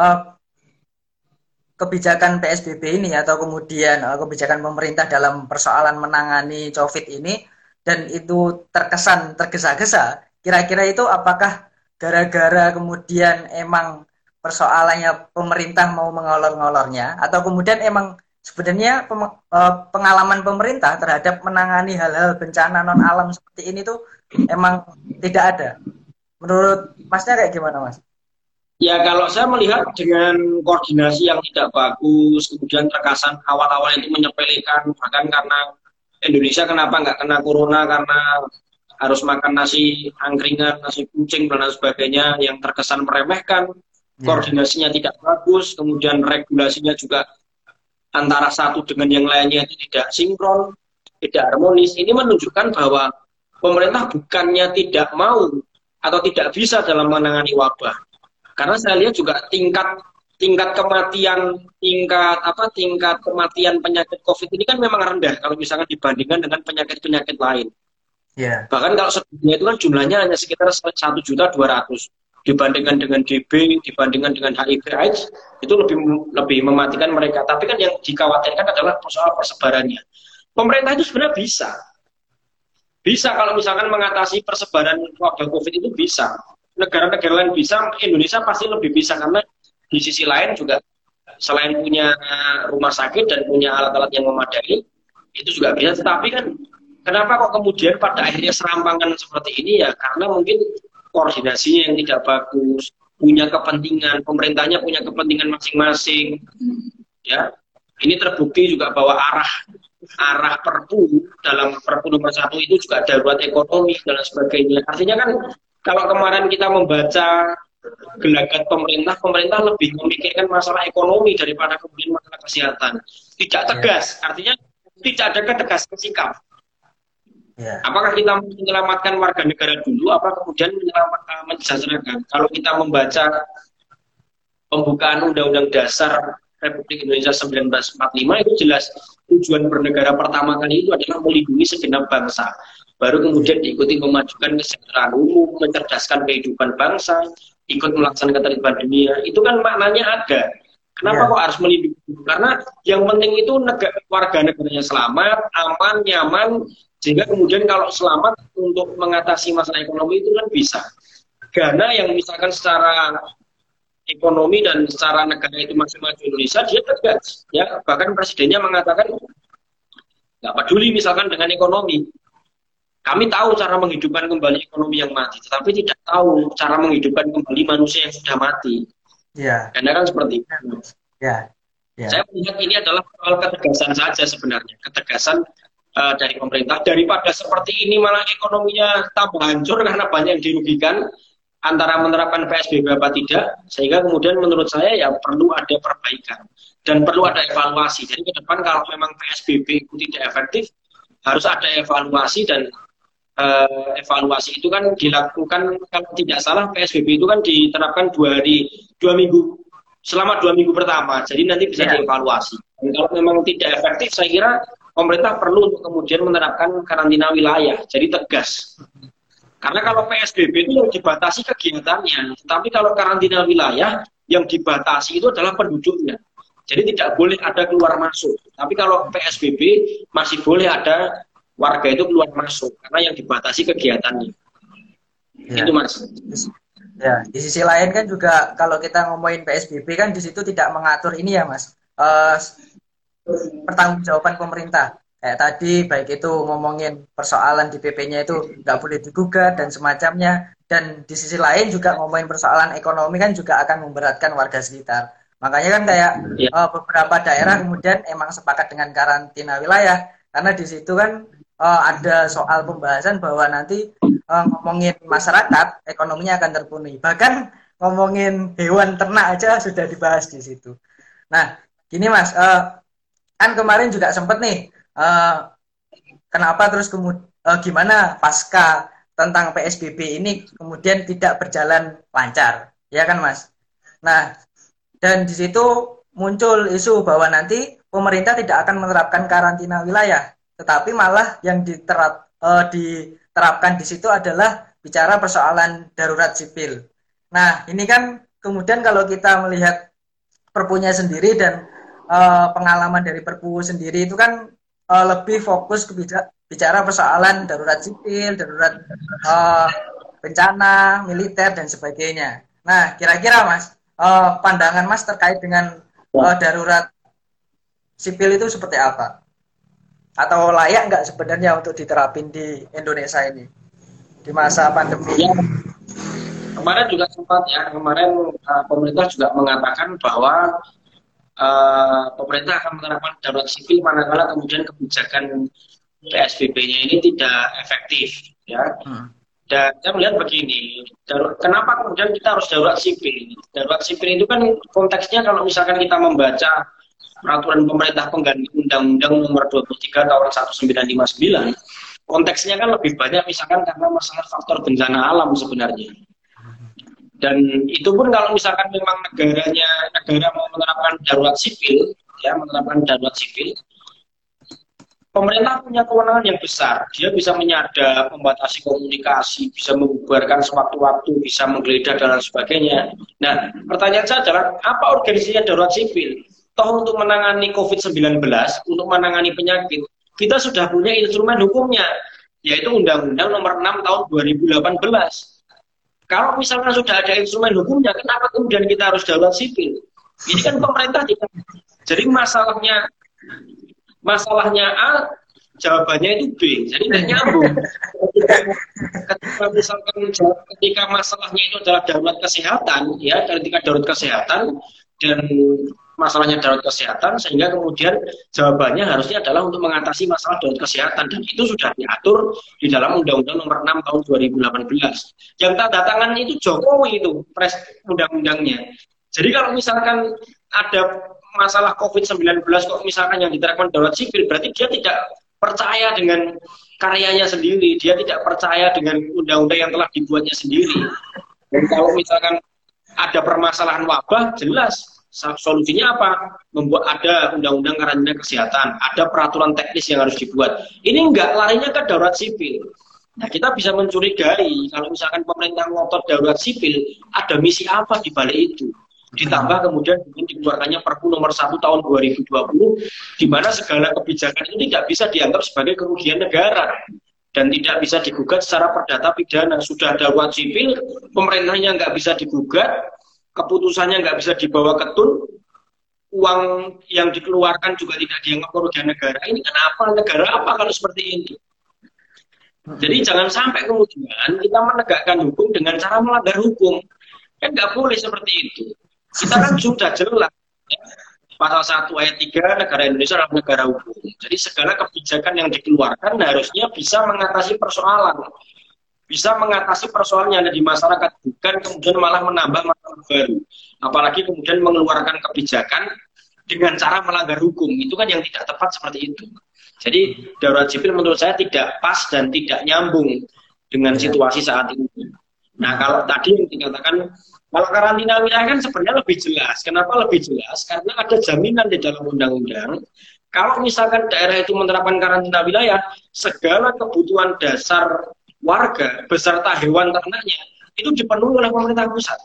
kebijakan PSBB ini atau kemudian kebijakan pemerintah dalam persoalan menangani COVID ini dan itu terkesan tergesa-gesa, kira-kira itu apakah gara-gara kemudian emang persoalannya pemerintah mau mengolor-ngolornya atau kemudian emang sebenarnya pengalaman pemerintah terhadap menangani hal-hal bencana non alam seperti ini tuh emang tidak ada. Menurut Masnya kayak gimana, Mas? Ya, kalau saya melihat dengan koordinasi yang tidak bagus, kemudian terkesan awal-awal itu menyepelekan, bahkan karena Indonesia kenapa nggak kena corona karena harus makan nasi angkringan, nasi kucing dan lain sebagainya, yang terkesan meremehkan. Koordinasinya tidak bagus, kemudian regulasinya juga antara satu dengan yang lainnya itu tidak sinkron, tidak harmonis. Ini menunjukkan bahwa pemerintah bukannya tidak mau atau tidak bisa dalam menangani wabah. Karena saya lihat juga tingkat kematian, tingkat kematian penyakit COVID ini kan memang rendah kalau misalkan dibandingkan dengan penyakit-penyakit lain. Yeah. Bahkan kalau sedunia itu kan jumlahnya hanya sekitar 1.200.000. Dibandingkan dengan DB, dibandingkan dengan HIV/AIDS, itu lebih mematikan mereka. Tapi kan yang dikhawatirkan adalah soal persebarannya. Pemerintah itu sebenarnya bisa kalau misalkan mengatasi persebaran wabah COVID itu bisa. Negara-negara lain bisa, Indonesia pasti lebih bisa karena di sisi lain juga selain punya rumah sakit dan punya alat-alat yang memadai, itu juga bisa. Tetapi kan kenapa kok kemudian pada akhirnya serampangan seperti ini ya? Karena mungkin koordinasinya yang tidak bagus, punya kepentingan, pemerintahnya punya kepentingan masing-masing. Ya, ini terbukti juga bahwa arah Perpu dalam Perpu nomor 1 itu juga darurat ekonomi dan sebagainya. Artinya kan kalau kemarin kita membaca gelagat pemerintah lebih memikirkan masalah ekonomi daripada kemudian masalah kesehatan. Tidak tegas, artinya tidak ada ketegasan sikap. Yeah. Apakah kita menyelamatkan warga negara dulu, apa kemudian mensejahterakan? Kalau kita membaca pembukaan Undang-Undang Dasar Republik Indonesia 1945 itu jelas tujuan bernegara pertama kali itu adalah melindungi segenap bangsa. Baru kemudian diikuti memajukan kesejahteraan umum, mencerdaskan kehidupan bangsa, ikut melaksanakan ketertiban dunia. Itu kan maknanya ada. Kenapa kok harus melindungi? Karena yang penting itu warga negaranya selamat, aman, nyaman. Sehingga kemudian kalau selamat untuk mengatasi masalah ekonomi itu kan bisa. Ghana yang misalkan secara ekonomi dan secara negara itu masih maju Indonesia, dia tegas. Ya, bahkan presidennya mengatakan nggak peduli misalkan dengan ekonomi. Kami tahu cara menghidupkan kembali ekonomi yang mati, tetapi tidak tahu cara menghidupkan kembali manusia yang sudah mati. Ya. Karena kan seperti itu. Ya. Saya melihat ini adalah soal ketegasan saja sebenarnya, ketegasan dari pemerintah. Daripada seperti ini malah ekonominya tambah hancur karena banyak yang dirugikan antara menerapkan PSBB apa tidak, sehingga kemudian menurut saya ya perlu ada perbaikan dan perlu ada evaluasi. Jadi ke depan kalau memang PSBB itu tidak efektif, harus ada evaluasi dan evaluasi itu kan dilakukan kalau tidak salah PSBB itu kan diterapkan 2 minggu selama 2 minggu pertama, jadi nanti bisa dievaluasi. Dan kalau memang tidak efektif, saya kira pemerintah perlu untuk kemudian menerapkan karantina wilayah, jadi tegas. Karena kalau PSBB itu yang dibatasi kegiatannya, tapi kalau karantina wilayah yang dibatasi itu adalah penduduknya. Jadi tidak boleh ada keluar masuk. Tapi kalau PSBB masih boleh ada warga itu keluar masuk karena yang dibatasi kegiatannya. Itu Mas. Ya, di sisi lain kan juga kalau kita ngomongin PSBB kan di situ tidak mengatur ini ya Mas. Pertanggungjawaban pemerintah. kayak tadi baik itu ngomongin persoalan di PP-nya itu nggak boleh digugat dan semacamnya, dan di sisi lain juga ngomongin persoalan ekonomi kan juga akan memberatkan warga sekitar. Makanya kan kayak Ya, beberapa daerah kemudian emang sepakat dengan karantina wilayah karena di situ kan ada soal pembahasan bahwa nanti ngomongin masyarakat ekonominya akan terpenuhi. Bahkan ngomongin hewan ternak aja sudah dibahas di situ. Nah, gini Mas, kan kemarin juga sempet nih, kenapa terus gimana pasca tentang PSBB ini kemudian tidak berjalan lancar, ya kan Mas? Nah, dan di situ muncul isu bahwa nanti pemerintah tidak akan menerapkan karantina wilayah, tetapi malah yang diterapkan di situ adalah bicara persoalan darurat sipil. Nah, ini kan kemudian kalau kita melihat perpunya sendiri dan pengalaman dari perpu sendiri itu kan lebih fokus ke bicara persoalan darurat sipil, darurat bencana, militer dan sebagainya. Nah, kira-kira Mas, pandangan Mas terkait dengan darurat sipil itu seperti apa? Atau layak nggak sebenarnya untuk diterapin di Indonesia ini di masa pandemi? ya, kemarin juga sempat ya, kemarin pemerintah juga mengatakan bahwa pemerintah akan menerapkan darurat sipil manakala kemudian kebijakan PSBB-nya ini tidak efektif, ya. Dan saya melihat begini, kenapa kemudian kita harus darurat sipil? Darurat sipil itu kan konteksnya kalau misalkan kita membaca peraturan pemerintah pengganti Undang-Undang Nomor 23 Tahun 1959, konteksnya kan lebih banyak misalkan karena masalah faktor bencana alam sebenarnya. Dan itu pun kalau misalkan memang negara mau menerapkan darurat sipil, ya menerapkan darurat sipil, pemerintah punya kewenangan yang besar. Dia bisa menyadap, membatasi komunikasi, bisa membubarkan sewaktu-waktu, bisa menggeledah dan lain sebagainya. Nah, pertanyaan saya adalah, apa urgensinya darurat sipil? Toh untuk menangani COVID-19, untuk menangani penyakit, kita sudah punya instrumen hukumnya, yaitu Undang-Undang Nomor 6 Tahun 2018. Kalau misalnya sudah ada instrumen hukumnya, kenapa kemudian kita harus darurat sipil? Ini kan pemerintah tidak. Jadi masalahnya A, jawabannya itu B. Jadi tidak nyambung. Ketika masalahnya itu adalah darurat kesehatan, ya, ketika darurat kesehatan dan masalahnya darurat kesehatan, sehingga kemudian jawabannya harusnya adalah untuk mengatasi masalah darurat kesehatan, dan itu sudah diatur di dalam Undang-Undang Nomor 6 Tahun 2018. Yang tanda tangan itu Jokowi itu undang-undangnya. Jadi kalau misalkan ada masalah COVID-19 kok misalkan yang diterapkan darurat sipil, berarti dia tidak percaya dengan karyanya sendiri, dia tidak percaya dengan undang-undang yang telah dibuatnya sendiri. Dan kalau misalkan ada permasalahan wabah, jelas solusinya apa? Membuat ada undang-undang karantina kesehatan, ada peraturan teknis yang harus dibuat. Ini enggak, larinya ke darurat sipil. Nah, kita bisa mencurigai kalau misalkan pemerintah ngotot darurat sipil, ada misi apa di balik itu? Ditambah kemudian dikeluarkannya Perpu Nomor 1 Tahun 2020, di mana segala kebijakan itu tidak bisa dianggap sebagai kerugian negara dan tidak bisa digugat secara perdata pidana. Sudah darurat sipil, pemerintahnya nggak bisa digugat, keputusannya nggak bisa dibawa ketun, uang yang dikeluarkan juga tidak dianggap kerugian negara. Ini kenapa? Negara apa kalau seperti ini? Jadi jangan sampai kemudian kita menegakkan hukum dengan cara melanggar hukum. Kan nggak boleh seperti itu. Kita kan sudah jelas, ya, pasal 1 ayat 3, negara Indonesia adalah negara hukum. Jadi segala kebijakan yang dikeluarkan harusnya bisa mengatasi persoalan. Bisa mengatasi persoalan yang ada di masyarakat, bukan kemudian malah menambah masalah baru. Apalagi kemudian mengeluarkan kebijakan dengan cara melanggar hukum. Itu kan yang tidak tepat seperti itu. Jadi darurat sipil menurut saya tidak pas dan tidak nyambung dengan situasi saat ini. Nah, kalau tadi yang dikatakan, kalau karantina wilayah kan sebenarnya lebih jelas. Kenapa lebih jelas? Karena ada jaminan di dalam undang-undang. Kalau misalkan daerah itu menerapkan karantina wilayah, segala kebutuhan dasar warga beserta hewan ternaknya itu dipenuhi oleh pemerintah pusat.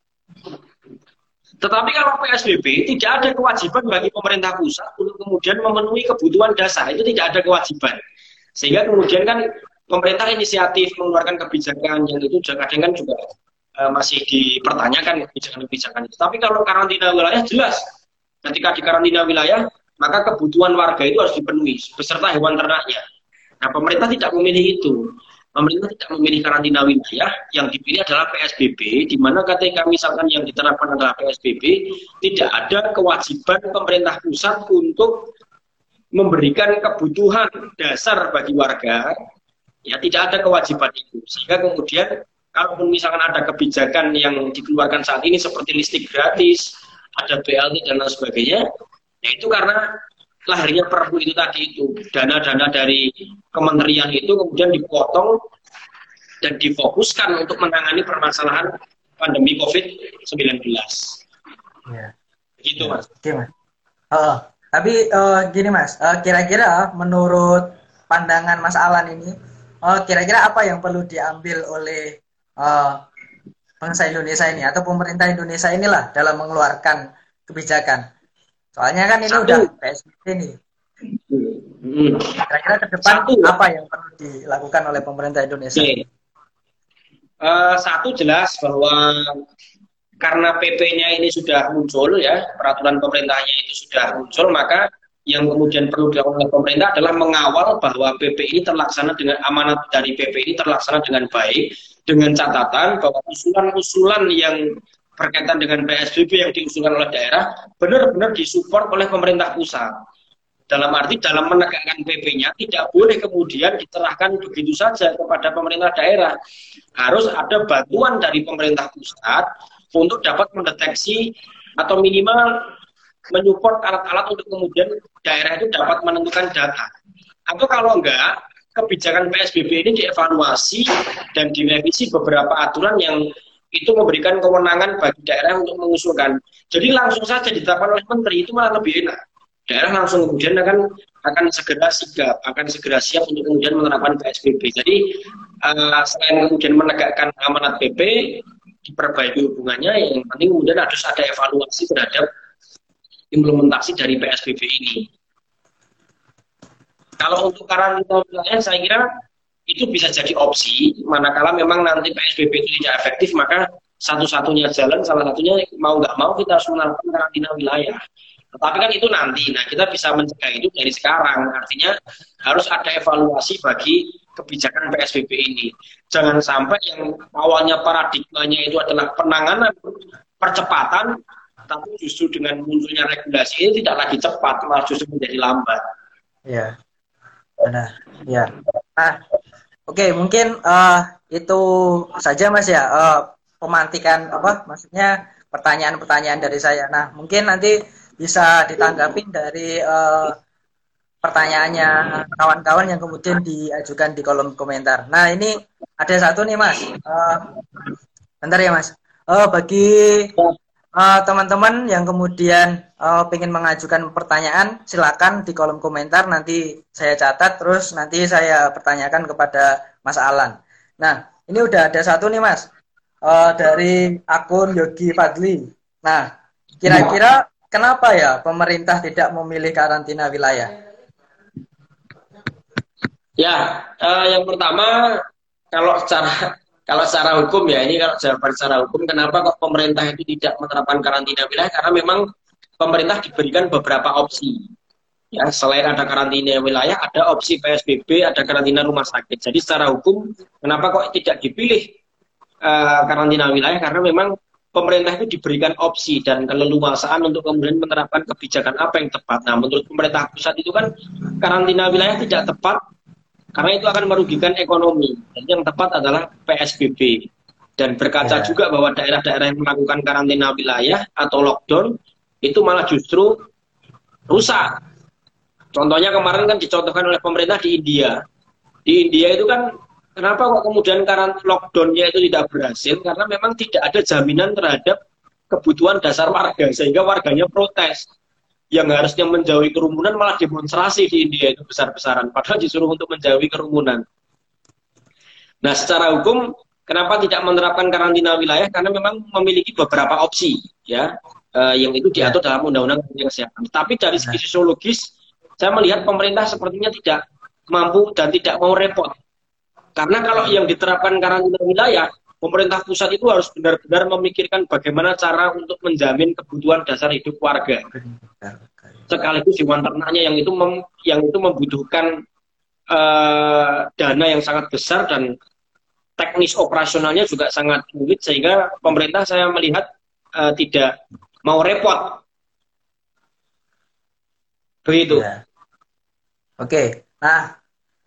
Tetapi kalau PSBB tidak ada kewajiban bagi pemerintah pusat untuk kemudian memenuhi kebutuhan dasar, itu tidak ada kewajiban. Sehingga kemudian kan pemerintah inisiatif mengeluarkan kebijakan yang itu kadang kan juga masih dipertanyakan kebijakan-kebijakan itu. Tapi kalau karantina wilayah jelas, ketika di karantina wilayah maka kebutuhan warga itu harus dipenuhi beserta hewan ternaknya. Nah, pemerintah tidak memilih itu. Pemerintah tidak memilih karantina wilayah, yang dipilih adalah PSBB, di mana ketika misalkan yang diterapkan adalah PSBB, tidak ada kewajiban pemerintah pusat untuk memberikan kebutuhan dasar bagi warga, ya tidak ada kewajiban itu. Sehingga kemudian kalaupun misalkan ada kebijakan yang dikeluarkan saat ini seperti listrik gratis, ada BLT dan lain sebagainya, ya itu karena lahirnya Perpu itu tadi itu. Dana-dana dari kementerian itu kemudian dipotong dan difokuskan untuk menangani permasalahan pandemi COVID-19. Ya. Gitu, Mas. Oke, Mas. Tapi gini, Mas, kira-kira menurut pandangan Mas Alan ini, kira-kira apa yang perlu diambil oleh bangsa Indonesia ini atau pemerintah Indonesia inilah dalam mengeluarkan kebijakan? Soalnya kan ini udah PSBB nih. Kira-kira ke depan apa yang perlu dilakukan oleh pemerintah Indonesia? Satu, jelas bahwa karena PP-nya ini sudah muncul, ya, peraturan pemerintahnya itu sudah muncul, maka yang kemudian perlu dilakukan oleh pemerintah adalah mengawal bahwa PP ini terlaksana dengan amanat dari PP ini terlaksana dengan baik, dengan catatan bahwa usulan-usulan yang berkaitan dengan PSBB yang diusulkan oleh daerah benar-benar disupport oleh pemerintah pusat. Dalam arti dalam menegakkan PP-nya tidak boleh kemudian diserahkan begitu saja kepada pemerintah daerah. Harus ada bantuan dari pemerintah pusat untuk dapat mendeteksi atau minimal menyupport alat-alat untuk kemudian daerah itu dapat menentukan data. Atau kalau enggak, kebijakan PSBB ini dievaluasi dan direvisi beberapa aturan yang itu memberikan kewenangan bagi daerah untuk mengusulkan. Jadi langsung saja ditetapkan oleh menteri, itu malah lebih enak. Daerah langsung kemudian akan segera sigap, akan segera siap untuk kemudian menerapkan PSBB. Jadi selain kemudian menegakkan amanat PP, diperbaiki hubungannya, yang penting kemudian harus ada evaluasi terhadap implementasi dari PSBB ini. Kalau untuk karantina wilayah, saya kira itu bisa jadi opsi, manakala memang nanti PSBB itu tidak efektif, maka satu-satunya jalan, salah satunya mau nggak mau kita harus menerapkan karantina wilayah. Tetapi kan itu nanti, nah kita bisa mencegah itu dari sekarang, artinya harus ada evaluasi bagi kebijakan PSBB ini. Jangan sampai yang awalnya paradigmanya itu adalah penanganan, percepatan, tapi justru dengan munculnya regulasi ini tidak lagi cepat, malah justru menjadi lambat. Ya, benar. Ya. Nah, oke, mungkin itu saja, Mas, ya, pemantikan maksudnya pertanyaan-pertanyaan dari saya. Nah, mungkin nanti bisa ditanggapi dari pertanyaannya kawan-kawan yang kemudian diajukan di kolom komentar. Nah, ini ada satu nih, Mas. Bentar ya, Mas. Bagi teman-teman yang kemudian pengen mengajukan pertanyaan, silakan di kolom komentar, nanti saya catat, terus nanti saya pertanyakan kepada Mas Alan. Nah, ini udah ada satu nih, Mas, dari akun Yogi Fadli. Nah, kira-kira kenapa ya pemerintah tidak memilih karantina wilayah? Ya, yang pertama, kalau secara hukum, ya, ini kalau jawaban secara hukum, kenapa kok pemerintah itu tidak menerapkan karantina wilayah? Karena memang pemerintah diberikan beberapa opsi. Ya, selain ada karantina wilayah, ada opsi PSBB, ada karantina rumah sakit. Jadi secara hukum, kenapa kok tidak dipilih karantina wilayah? Karena memang pemerintah itu diberikan opsi dan keleluasaan untuk kemudian menerapkan kebijakan apa yang tepat. Nah, menurut pemerintah pusat itu kan karantina wilayah tidak tepat, karena itu akan merugikan ekonomi. Dan yang tepat adalah PSBB. Dan berkaca juga bahwa daerah-daerah yang melakukan karantina wilayah atau lockdown, itu malah justru rusak. Contohnya kemarin kan dicontohkan oleh pemerintah di India. Di India itu kan, kenapa kok kemudian lockdown-nya itu tidak berhasil? Karena memang tidak ada jaminan terhadap kebutuhan dasar warga, sehingga warganya protes. Yang harusnya menjauhi kerumunan malah demonstrasi di India itu besar-besaran, padahal disuruh untuk menjauhi kerumunan. Nah, secara hukum kenapa tidak menerapkan karantina wilayah? Karena memang memiliki beberapa opsi, ya, yang itu diatur dalam Undang-Undang Kesehatan. Tapi dari segi sosiologis, saya melihat pemerintah sepertinya tidak mampu dan tidak mau repot. Karena kalau yang diterapkan karantina wilayah, pemerintah pusat itu harus benar-benar memikirkan bagaimana cara untuk menjamin kebutuhan dasar hidup warga. sekaligus hewan ternaknya yang itu membutuhkan dana yang sangat besar dan teknis operasionalnya juga sangat rumit, sehingga pemerintah saya melihat tidak mau repot. Begitu. Ya. Oke. Nah,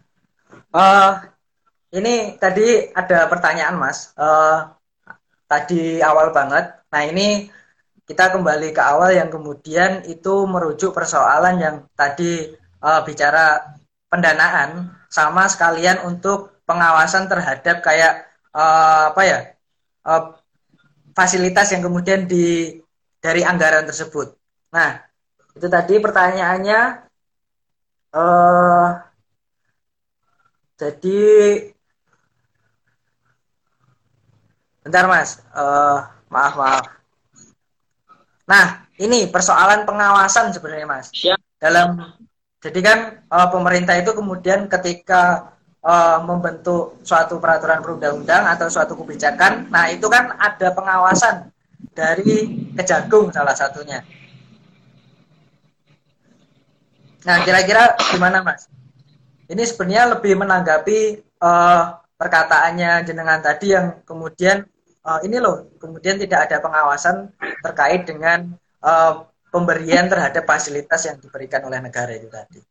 ini tadi ada pertanyaan Mas. Tadi awal banget. Nah, ini kita kembali ke awal yang kemudian itu merujuk persoalan yang tadi bicara pendanaan sama sekalian untuk pengawasan terhadap kayak fasilitas yang kemudian dari anggaran tersebut. Nah, itu tadi pertanyaannya. Jadi bentar Mas, maaf. Nah, ini persoalan pengawasan sebenarnya Mas. Ya. Jadi kan pemerintah itu kemudian ketika membentuk suatu peraturan perundang-undang atau suatu kebijakan, nah itu kan ada pengawasan dari Kejagung salah satunya. Nah, kira-kira gimana Mas? Ini sebenarnya lebih menanggapi perkataannya jenengan tadi yang kemudian ini loh, kemudian tidak ada pengawasan terkait dengan pemberian terhadap fasilitas yang diberikan oleh negara itu tadi.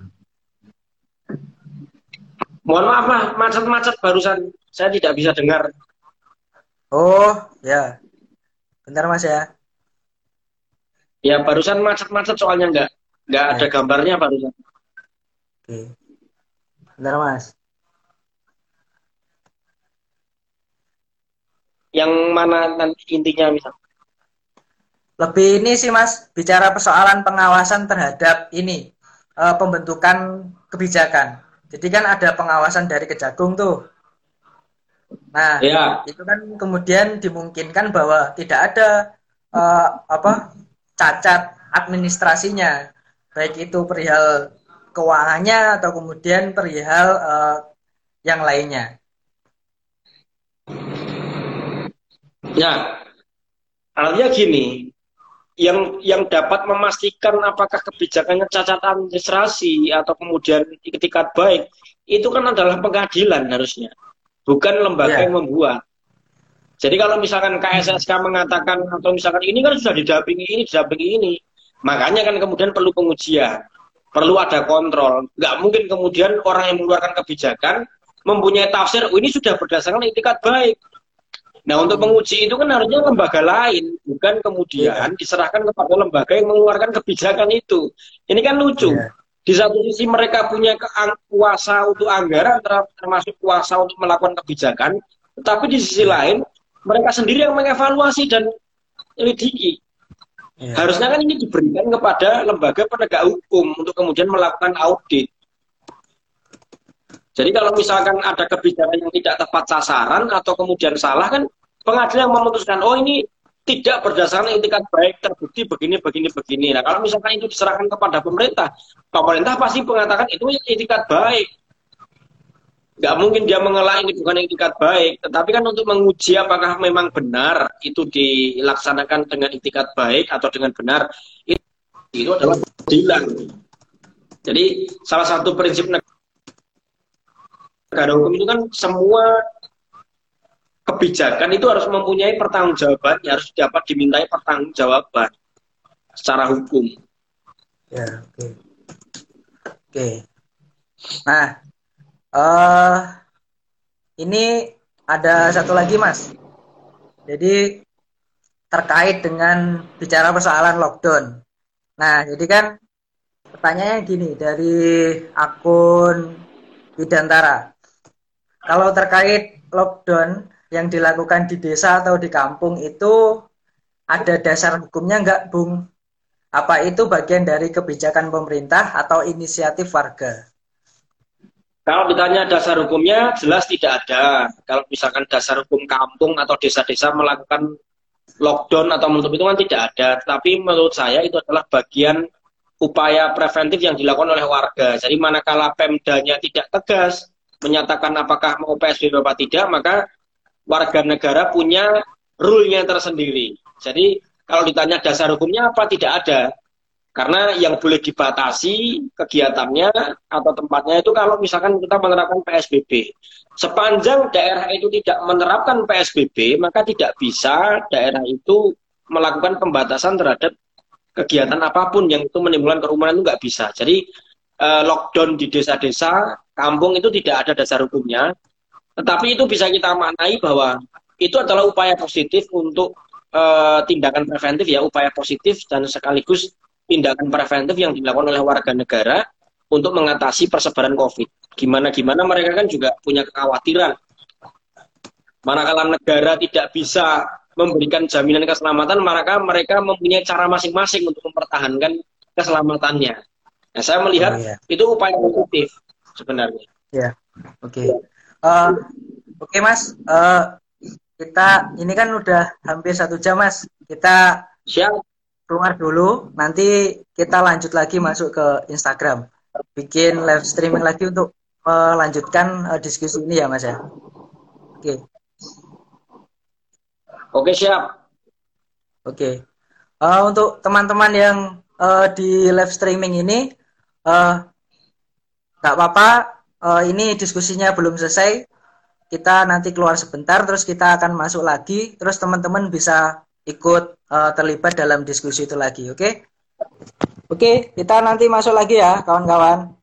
Mohon maaf lah, macet-macet barusan. Saya tidak bisa dengar. Oh, ya. Bentar Mas ya. Ya, barusan macet-macet soalnya nggak ada gambarnya barusan. Oke. Bentar Mas. Yang mana intinya misal? Lebih ini sih Mas, bicara persoalan pengawasan terhadap ini pembentukan kebijakan. Jadi kan ada pengawasan dari Kejagung tuh. Nah, ya. Itu kan kemudian dimungkinkan bahwa tidak ada cacat administrasinya, baik itu perihal keuangannya atau kemudian perihal yang lainnya. Ya, artinya gini, yang dapat memastikan apakah kebijakannya cacat administrasi atau kemudian itikat baik, itu kan adalah pengadilan harusnya, bukan lembaga yang membuat. Jadi kalau misalkan KSSK mengatakan atau misalkan ini kan sudah didampingi ini, makanya kan kemudian perlu pengujian, perlu ada kontrol. Nggak mungkin kemudian orang yang mengeluarkan kebijakan mempunyai tafsir, ini sudah berdasarkan itikat baik. Nah, untuk menguji itu kan harusnya lembaga lain, bukan kemudian diserahkan kepada lembaga yang mengeluarkan kebijakan itu. Ini kan lucu. Di satu sisi mereka punya kuasa untuk anggaran, termasuk kuasa untuk melakukan kebijakan, tetapi di sisi lain mereka sendiri yang mengevaluasi dan menyelidiki. Harusnya kan ini diberikan kepada lembaga penegak hukum untuk kemudian melakukan audit. Jadi kalau misalkan ada kebijakan yang tidak tepat sasaran atau kemudian salah, kan pengadilan yang memutuskan, oh ini tidak berdasarkan itikat baik, terbukti begini. Nah kalau misalkan itu diserahkan kepada pemerintah pasti mengatakan itu itikat baik. Nggak mungkin dia mengelak ini bukan itikat baik, tetapi kan untuk menguji apakah memang benar itu dilaksanakan dengan itikat baik atau dengan benar, itu adalah pengadilan. Jadi salah satu prinsip negara hukum itu kan semua kebijakan itu harus mempunyai pertanggungjawaban, harus dapat dimintai pertanggungjawaban secara hukum. Ya, oke. Nah, ini ada satu lagi Mas. Jadi terkait dengan bicara persoalan lockdown. Nah, jadi kan pertanyaannya gini dari akun Widantara. Kalau terkait lockdown yang dilakukan di desa atau di kampung itu ada dasar hukumnya enggak, Bung? Apa itu bagian dari kebijakan pemerintah atau inisiatif warga? Kalau ditanya dasar hukumnya, jelas tidak ada. Kalau misalkan dasar hukum kampung atau desa-desa melakukan lockdown atau menutup itu kan tidak ada. Tapi menurut saya itu adalah bagian upaya preventif yang dilakukan oleh warga. Jadi manakala Pemdanya tidak tegas menyatakan apakah mau PSBB atau tidak, maka warga negara punya rule-nya tersendiri. Jadi kalau ditanya dasar hukumnya apa, tidak ada. Karena yang boleh dibatasi kegiatannya atau tempatnya itu kalau misalkan kita menerapkan PSBB. Sepanjang daerah itu tidak menerapkan PSBB, maka tidak bisa daerah itu melakukan pembatasan terhadap kegiatan apapun yang itu menimbulkan kerumunan, itu nggak bisa. Jadi lockdown di desa-desa, kampung itu tidak ada dasar hukumnya. Tetapi itu bisa kita maknai bahwa itu adalah upaya positif untuk tindakan preventif ya, upaya positif dan sekaligus tindakan preventif yang dilakukan oleh warga negara untuk mengatasi persebaran COVID. Gimana mereka kan juga punya kekhawatiran. Manakala negara tidak bisa memberikan jaminan keselamatan, maka mereka mempunyai cara masing-masing untuk mempertahankan keselamatannya. Nah, saya melihat itu upaya positif sebenarnya. Ya, oke. Oke Mas, kita ini kan udah hampir 1 jam Mas. Kita Siap. keluar dulu, nanti kita lanjut lagi masuk ke Instagram, bikin live streaming lagi untuk melanjutkan diskusi ini ya Mas ya. Oke. Oke, siap. Oke. Untuk teman-teman yang di live streaming ini, nggak apa-apa, ini diskusinya belum selesai. Kita nanti keluar sebentar, terus kita akan masuk lagi, terus teman-teman bisa ikut terlibat dalam diskusi itu lagi, oke? Oke, kita nanti masuk lagi ya, kawan-kawan.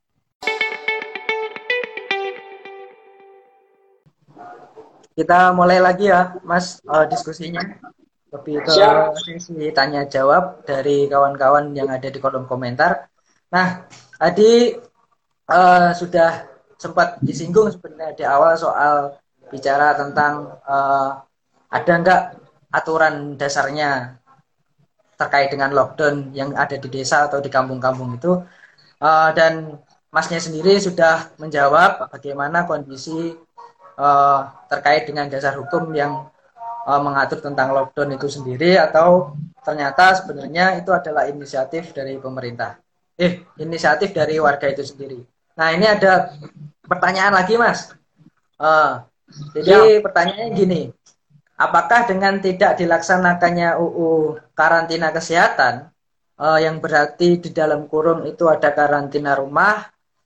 Kita mulai lagi ya, Mas, diskusinya. Lebih ke sesi tanya jawab dari kawan-kawan yang ada di kolom komentar. Nah, tadi sudah sempat disinggung sebenarnya di awal soal bicara tentang ada nggak aturan dasarnya terkait dengan lockdown yang ada di desa atau di kampung-kampung itu, dan Masnya sendiri sudah menjawab bagaimana kondisi terkait dengan dasar hukum yang mengatur tentang lockdown itu sendiri, atau ternyata sebenarnya itu adalah inisiatif dari pemerintah, inisiatif dari warga itu sendiri. Nah, ini ada pertanyaan lagi Mas. Jadi pertanyaannya gini, apakah dengan tidak dilaksanakannya UU karantina kesehatan, yang berarti di dalam kurung itu ada karantina rumah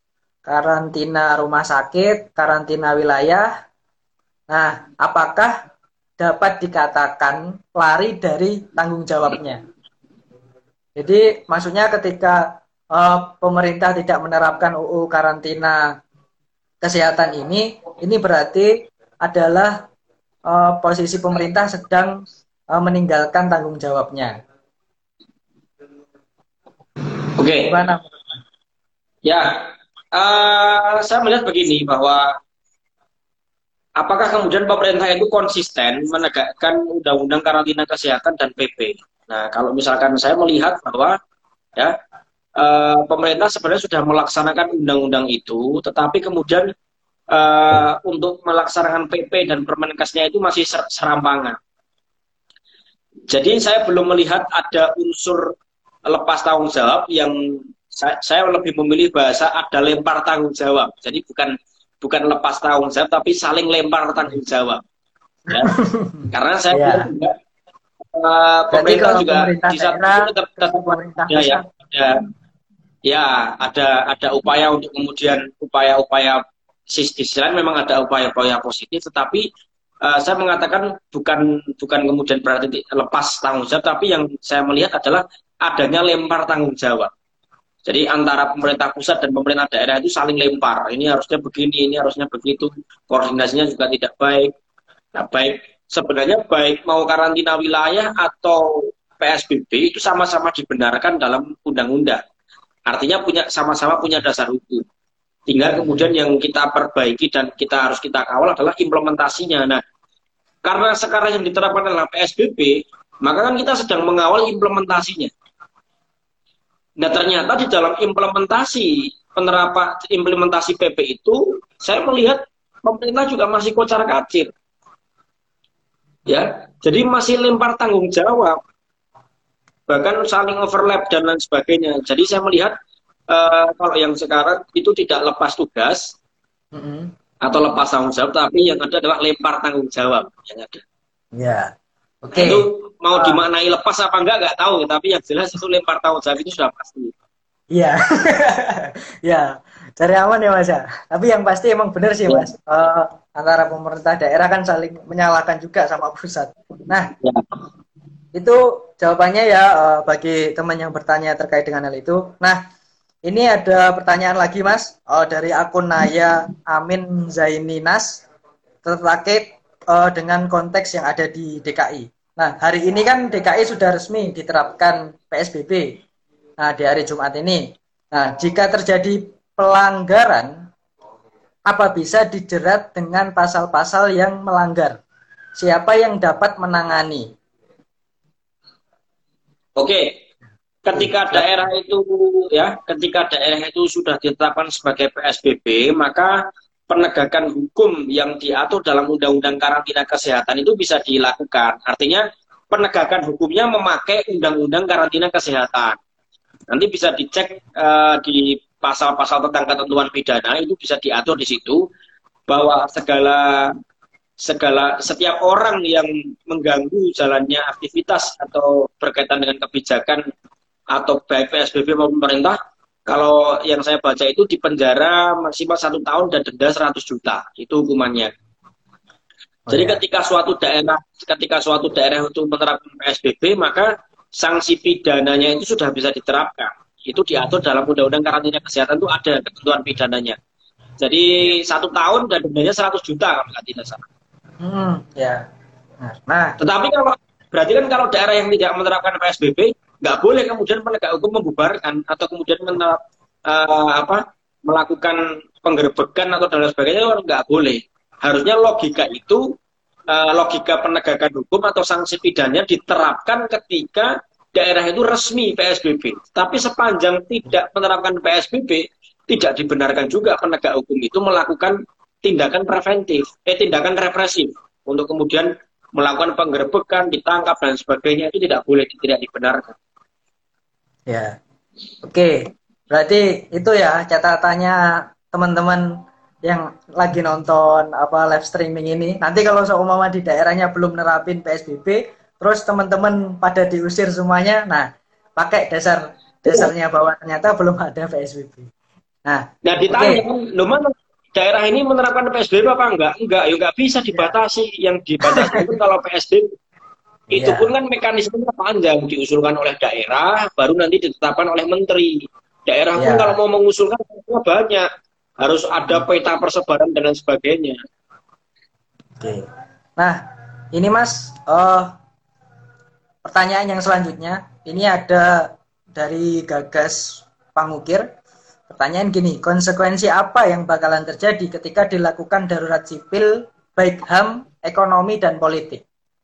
sakit, karantina wilayah. Nah, apakah dapat dikatakan lari dari tanggung jawabnya? Jadi maksudnya ketika pemerintah tidak menerapkan UU karantina kesehatan ini berarti adalah posisi pemerintah sedang meninggalkan tanggung jawabnya. Oke. Gimana? Ya, saya melihat begini bahwa apakah kemudian pemerintah itu konsisten menegakkan undang-undang karantina kesehatan dan PP. Nah, kalau misalkan saya melihat bahwa ya pemerintah sebenarnya sudah melaksanakan undang-undang itu, tetapi kemudian untuk melaksanakan PP dan Permenkesnya itu masih serampangan. Jadi saya belum melihat ada unsur lepas tanggung jawab yang saya lebih memilih bahasa ada lempar tanggung jawab. Jadi bukan lepas tanggung jawab, tapi saling lempar tanggung jawab. Ya. Karena saya juga pemerintah juga di satu tetap ada upaya untuk kemudian upaya-upaya di sisi lain memang ada upaya-upaya positif, tetapi saya mengatakan bukan kemudian berarti lepas tanggung jawab, tapi yang saya melihat adalah adanya lempar tanggung jawab. Jadi antara pemerintah pusat dan pemerintah daerah itu saling lempar. Ini harusnya begini, ini harusnya begitu. Koordinasinya juga tidak baik. Nah, sebenarnya baik mau karantina wilayah atau PSBB itu sama-sama dibenarkan dalam undang-undang. Artinya sama-sama punya dasar hukum. Tinggal kemudian yang kita perbaiki dan harus kita kawal adalah implementasinya. Nah, karena sekarang yang diterapkan adalah PSBB, maka kan kita sedang mengawal implementasinya. Nah, ternyata di dalam implementasi PP itu, saya melihat pemerintah juga masih kocar-kacir. Ya, jadi masih lempar tanggung jawab. Bahkan saling overlap dan lain sebagainya. Jadi saya melihat kalau yang sekarang itu tidak lepas tugas atau lepas tanggung jawab, tapi yang ada adalah lempar tanggung jawab yang ada. Ya, oke. Itu mau dimaknai lepas apa enggak tahu, tapi yang jelas itu lempar tanggung jawab itu sudah pasti. Iya. Ya, cari aman ya Mas ya. Tapi yang pasti emang benar sih Mas. Antara pemerintah daerah kan saling menyalahkan juga sama pusat. Nah, Ya. itu jawabannya ya bagi teman yang bertanya terkait dengan hal itu. Nah, ini ada pertanyaan lagi Mas dari akun Naya Amin Zaininas terkait dengan konteks yang ada di DKI. Nah, hari ini kan DKI sudah resmi diterapkan PSBB. Nah, di hari Jumat ini. Nah, jika terjadi pelanggaran, apa bisa dijerat dengan pasal-pasal yang melanggar? Siapa yang dapat menangani? Oke, ketika daerah itu sudah ditetapkan sebagai PSBB, maka penegakan hukum yang diatur dalam Undang-Undang Karantina Kesehatan itu bisa dilakukan. Artinya penegakan hukumnya memakai Undang-Undang Karantina Kesehatan. Nanti bisa dicek di pasal-pasal tentang ketentuan pidana, itu bisa diatur di situ bahwa setiap orang yang mengganggu jalannya aktivitas atau berkaitan dengan kebijakan atau baik PSBB maupun pemerintah, kalau yang saya baca itu dipenjara maksimal 1 tahun dan denda 100 juta, itu hukumannya. Jadi ketika suatu daerah itu menerapkan PSBB, maka sanksi pidananya itu sudah bisa diterapkan. Itu diatur dalam Undang-Undang Karantina Kesehatan, itu ada ketentuan pidananya. Jadi 1 tahun dan dendanya 100 juta kalau tidak salah. Ya. Nah, Tetapi berarti kan kalau daerah yang tidak menerapkan PSBB, nggak boleh kemudian penegak hukum membubarkan atau kemudian melakukan penggerbekan atau dan lain sebagainya, nggak boleh. Harusnya logika penegakan hukum atau sanksi pidananya diterapkan ketika daerah itu resmi PSBB. Tapi sepanjang tidak menerapkan PSBB, tidak dibenarkan juga penegak hukum itu melakukan tindakan tindakan represif untuk kemudian melakukan penggerbekan, ditangkap dan sebagainya, itu tidak boleh, tidak dibenarkan. ya. Oke. Berarti itu ya catatannya teman-teman yang lagi nonton live streaming ini. Nanti kalau seumpama di daerahnya belum nerapin PSBB, terus teman-teman pada diusir semuanya, nah pakai dasarnya bahwa ternyata belum ada PSBB. Nah ditanya kan, mana daerah ini menerapkan PSBB apa enggak? Enggak, ya enggak bisa dibatasi. Yang dibatasi itu kalau PSBB itu pun kan mekanismenya panjang, diusulkan oleh daerah, baru nanti ditetapkan oleh menteri. Daerah pun kalau mau mengusulkan banyak, harus ada peta persebaran dan lain sebagainya. Oke. Nah, ini Mas, pertanyaan yang selanjutnya, ini ada dari Gagas Pangukir. Pertanyaan gini, konsekuensi apa yang bakalan terjadi ketika dilakukan darurat sipil, baik HAM, ekonomi, dan politik?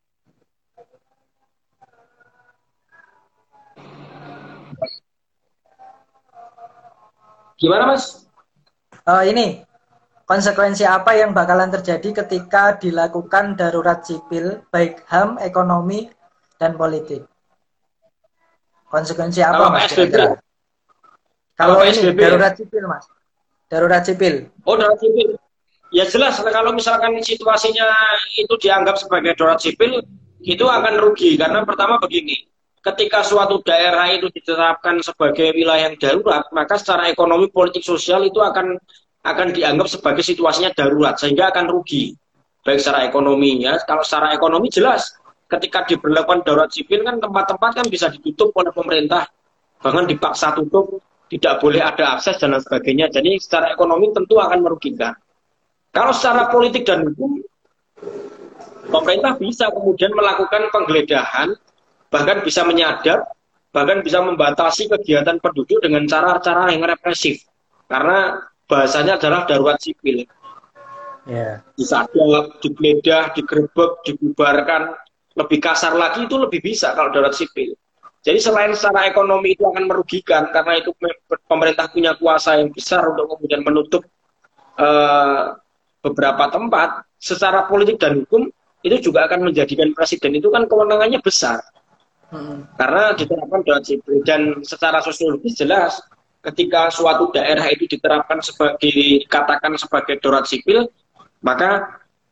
Gimana Mas? Ini, konsekuensi apa yang bakalan terjadi ketika dilakukan darurat sipil, baik HAM, ekonomi, dan politik? Konsekuensi apa, Mas? Kalau ini darurat sipil, Mas. Darurat sipil. Oh, darurat sipil. Ya jelas, kalau misalkan situasinya itu dianggap sebagai darurat sipil, itu akan rugi. Karena pertama begini, ketika suatu daerah itu diterapkan sebagai wilayah yang darurat, maka secara ekonomi, politik, sosial itu akan dianggap sebagai situasinya darurat, sehingga akan rugi. Baik secara ekonomi ya. Kalau secara ekonomi jelas, ketika diberlakukan darurat sipil kan tempat-tempat kan bisa ditutup oleh pemerintah, bahkan dipaksa tutup, tidak boleh ada akses dan lain sebagainya. Jadi secara ekonomi tentu akan merugikan. Kalau secara politik dan hukum, pemerintah bisa kemudian melakukan penggeledahan, bahkan bisa menyadap, bahkan bisa membatasi kegiatan penduduk dengan cara-cara yang represif. Karena bahasanya adalah darurat sipil. Disadap, digeledah, digerebek, dibubarkan. Lebih kasar lagi itu lebih bisa kalau darurat sipil. Jadi selain secara ekonomi itu akan merugikan, karena itu pemerintah punya kuasa yang besar untuk kemudian menutup beberapa tempat, secara politik dan hukum itu juga akan menjadikan presiden itu kan kewenangannya besar. Karena diterapkan darurat sipil. Dan secara sosiologis jelas, ketika suatu daerah itu diterapkan dikatakan sebagai darurat sipil, maka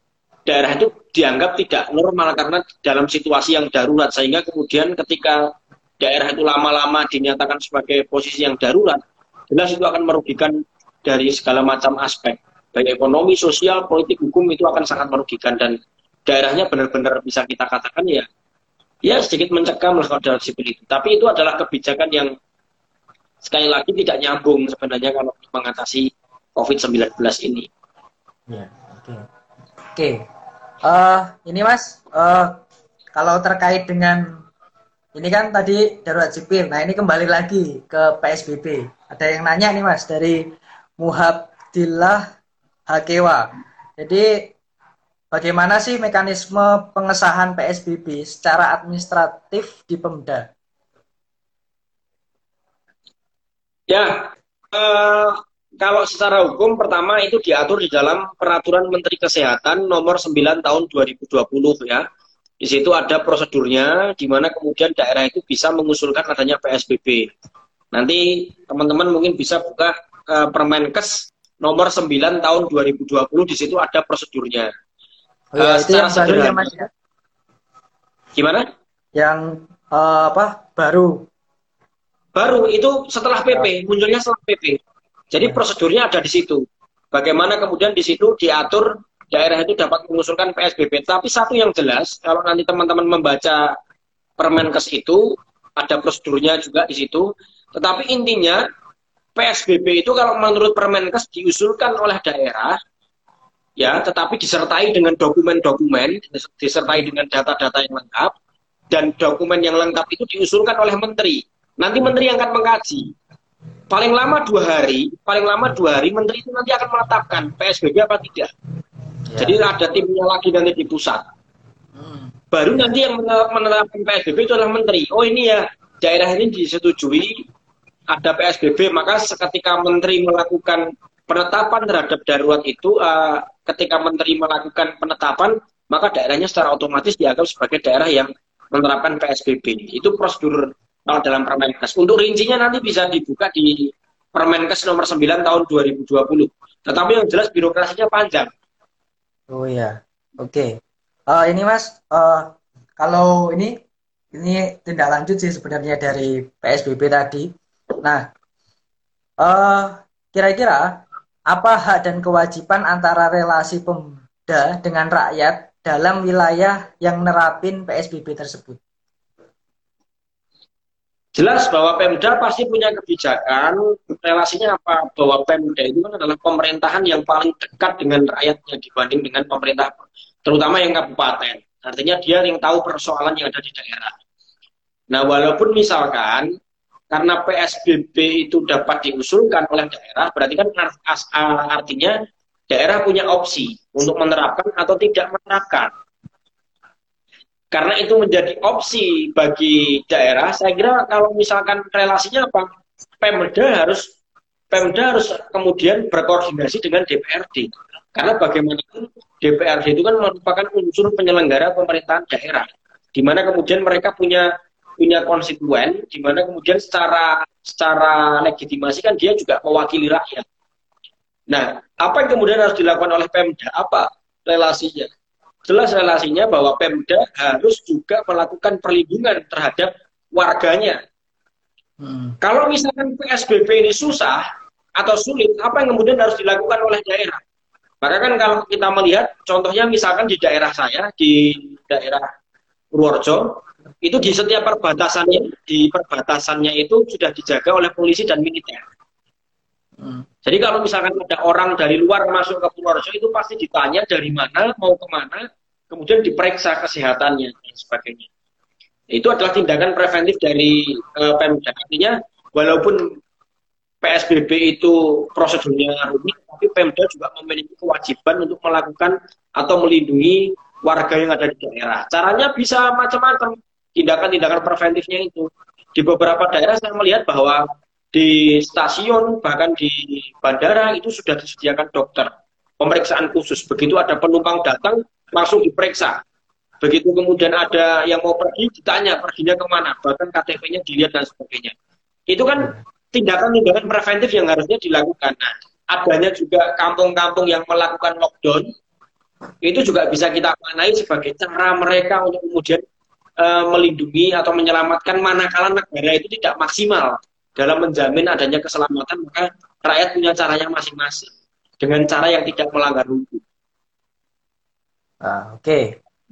daerah itu dianggap tidak normal karena dalam situasi yang darurat, sehingga kemudian ketika daerah itu lama-lama dinyatakan sebagai posisi yang darurat, jelas itu akan merugikan dari segala macam aspek, baik ekonomi, sosial, politik, hukum, itu akan sangat merugikan, dan daerahnya benar-benar bisa kita katakan ya sedikit mencekam lah kalau dalam sipil itu. Tapi itu adalah kebijakan yang sekali lagi tidak nyambung sebenarnya kalau mengatasi COVID-19 ini. Ya, oke. Oke. Ini Mas, kalau terkait dengan ini kan tadi darurat sipil. Nah, ini kembali lagi ke PSBB. Ada yang nanya nih Mas dari Muhabdillah Hakewa. Jadi bagaimana sih mekanisme pengesahan PSBB secara administratif di Pemda? Ya, kalau secara hukum pertama itu diatur di dalam Peraturan Menteri Kesehatan nomor 9 tahun 2020 ya. Di situ ada prosedurnya di mana kemudian daerah itu bisa mengusulkan adanya PSBB. Nanti teman-teman mungkin bisa buka Permenkes nomor 9 tahun 2020, di situ ada prosedurnya. Oh ya, itu yang baru ya Mas ya? Gimana? Yang baru? Baru itu setelah PP, munculnya setelah PP. Jadi prosedurnya ada di situ. Bagaimana kemudian di situ diatur daerah itu dapat mengusulkan PSBB. Tapi satu yang jelas, kalau nanti teman-teman membaca Permenkes itu, ada prosedurnya juga di situ. Tetapi intinya, PSBB itu kalau menurut Permenkes diusulkan oleh daerah, ya, tetapi disertai dengan dokumen-dokumen, disertai dengan data-data yang lengkap, dan dokumen yang lengkap itu diusulkan oleh menteri. Nanti menteri yang akan mengkaji. Paling lama 2 hari, menteri itu nanti akan menetapkan PSBB apa tidak. Ya. Jadi ada timnya lagi nanti di pusat. Baru nanti yang menetapkan PSBB itu adalah menteri. Oh ini ya, daerah ini disetujui ada PSBB, maka ketika menteri melakukan penetapan terhadap darurat itu, ketika menteri melakukan penetapan, maka daerahnya secara otomatis dianggap sebagai daerah yang menerapkan PSBB. Itu prosedur kalau dalam Permenkes. Untuk rincinya nanti bisa dibuka di Permenkes nomor 9 tahun 2020. Tetapi yang jelas birokrasinya panjang. Oh ya, oke. Ini Mas, kalau ini tindak lanjut sih sebenarnya dari PSBB tadi. Nah, kira-kira apa hak dan kewajiban antara relasi Pemda dengan rakyat dalam wilayah yang nerapin PSBB tersebut? Jelas bahwa Pemda pasti punya kebijakan, relasinya apa? Bahwa Pemda itu kan adalah pemerintahan yang paling dekat dengan rakyatnya dibanding dengan pemerintah, terutama yang kabupaten. Artinya dia yang tahu persoalan yang ada di daerah. Nah, walaupun misalkan karena PSBB itu dapat diusulkan oleh daerah, berarti kan artinya daerah punya opsi untuk menerapkan atau tidak menerapkan. Karena itu menjadi opsi bagi daerah, saya kira kalau misalkan relasinya apa, Pemda harus kemudian berkoordinasi dengan DPRD. Karena bagaimanapun DPRD itu kan merupakan unsur penyelenggara pemerintahan daerah, di mana kemudian mereka punya konstituen, di mana kemudian secara legitimasi kan dia juga mewakili rakyat. Nah, apa yang kemudian harus dilakukan oleh Pemda? Apa relasinya? Jelas relasinya bahwa Pemda harus juga melakukan perlindungan terhadap warganya. Kalau misalkan PSBB ini susah atau sulit, apa yang kemudian harus dilakukan oleh daerah? Maka kan kalau kita melihat, contohnya misalkan di daerah saya, di daerah Purworejo, itu di setiap perbatasannya itu sudah dijaga oleh polisi dan militer. Jadi kalau misalkan ada orang dari luar masuk ke Purworejo, itu pasti ditanya dari mana, mau kemana, kemudian diperiksa kesehatannya dan sebagainya. Itu adalah tindakan preventif dari Pemda. Artinya walaupun PSBB itu prosedurnya rumit, tapi Pemda juga memiliki kewajiban untuk melakukan atau melindungi warga yang ada di daerah. Caranya bisa macam-macam, tindakan-tindakan preventifnya itu. Di beberapa daerah saya melihat bahwa di stasiun, bahkan di bandara itu sudah disediakan dokter. Pemeriksaan khusus. Begitu ada penumpang datang, langsung diperiksa. Begitu kemudian ada yang mau pergi, ditanya perginya kemana. Bahkan KTP-nya dilihat dan sebagainya. Itu kan tindakan-tindakan preventif yang harusnya dilakukan. Nah, adanya juga kampung-kampung yang melakukan lockdown, Itu juga bisa kita maknai sebagai cara mereka untuk kemudian melindungi atau menyelamatkan manakala negara itu tidak maksimal dalam menjamin adanya keselamatan, maka rakyat punya caranya masing-masing dengan cara yang tidak melanggar hukum. Oke.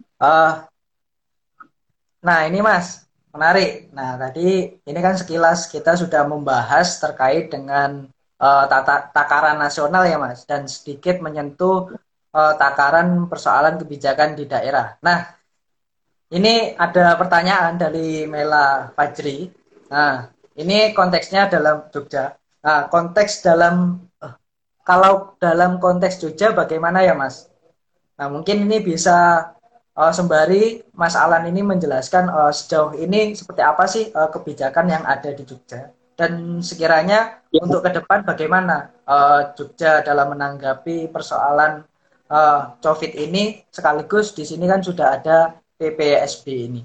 Nah, ini Mas, menarik. Nah, tadi ini kan sekilas kita sudah membahas terkait dengan takaran nasional ya Mas, dan sedikit menyentuh takaran persoalan kebijakan di daerah. Nah, ini ada pertanyaan dari Mela Fajri. Nah, ini konteksnya dalam Jogja. Nah, kalau dalam konteks Jogja bagaimana ya Mas? Nah, mungkin ini bisa sembari Mas Alan ini menjelaskan sejauh ini seperti apa sih kebijakan yang ada di Jogja, dan sekiranya Ya. untuk ke depan bagaimana Jogja dalam menanggapi persoalan COVID ini, sekaligus di sini kan sudah ada PPSB ini.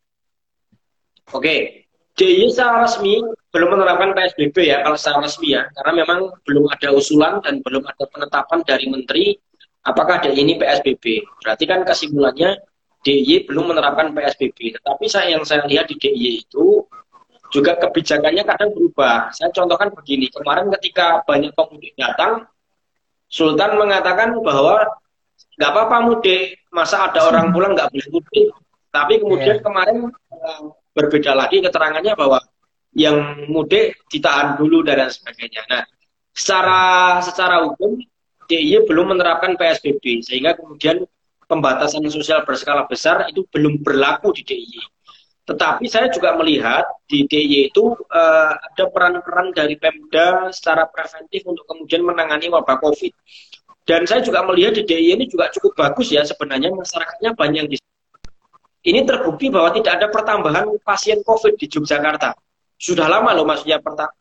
Oke, DIY secara resmi belum menerapkan PSBB ya, kalau secara resmi ya, karena memang belum ada usulan dan belum ada penetapan dari menteri apakah DIY ini PSBB. Berarti kan kesimpulannya DIY belum menerapkan PSBB. Tetapi yang saya lihat di DIY itu juga kebijakannya kadang berubah. Saya contohkan begini, kemarin ketika banyak pemudik datang, Sultan mengatakan bahwa nggak apa-apa mudik, masa ada orang pulang nggak boleh mudik. Tapi kemudian kemarin berbeda lagi keterangannya bahwa yang mudik ditahan dulu dan lain sebagainya. Nah, secara hukum DIY belum menerapkan PSBB, sehingga kemudian pembatasan sosial berskala besar itu belum berlaku di DIY. Tetapi saya juga melihat di DIY itu ada peran-peran dari Pemda secara preventif untuk kemudian menangani wabah COVID. Dan saya juga melihat di DIY ini juga cukup bagus ya, sebenarnya masyarakatnya banyak yang ini terbukti bahwa tidak ada pertambahan pasien COVID di Yogyakarta. Sudah lama loh, maksudnya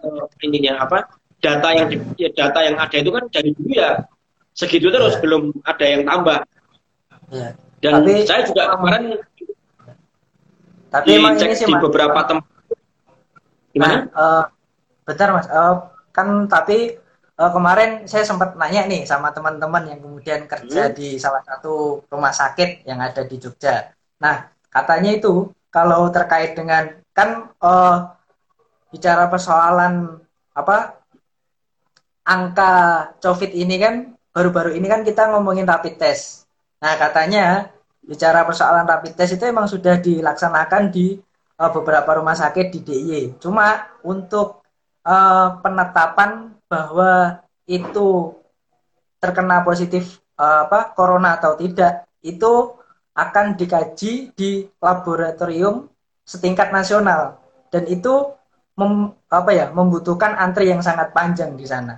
data yang ada itu kan dari dulu ya segitu terus, belum ada yang tambah. Ya. Dan saya juga kemarin emang cek ini sih, di Mas, beberapa tempat. Gimana? Bentar Mas, kemarin saya sempat nanya nih sama teman-teman yang kemudian kerja di salah satu rumah sakit yang ada di Jogja. Nah, katanya itu kalau terkait dengan kan bicara persoalan angka COVID ini kan baru-baru ini kan kita ngomongin rapid test. Nah, katanya bicara persoalan rapid test itu emang sudah dilaksanakan di beberapa rumah sakit di DIY. Cuma untuk penetapan bahwa itu terkena positif corona atau tidak itu akan dikaji di laboratorium setingkat nasional, dan itu membutuhkan antri yang sangat panjang di sana.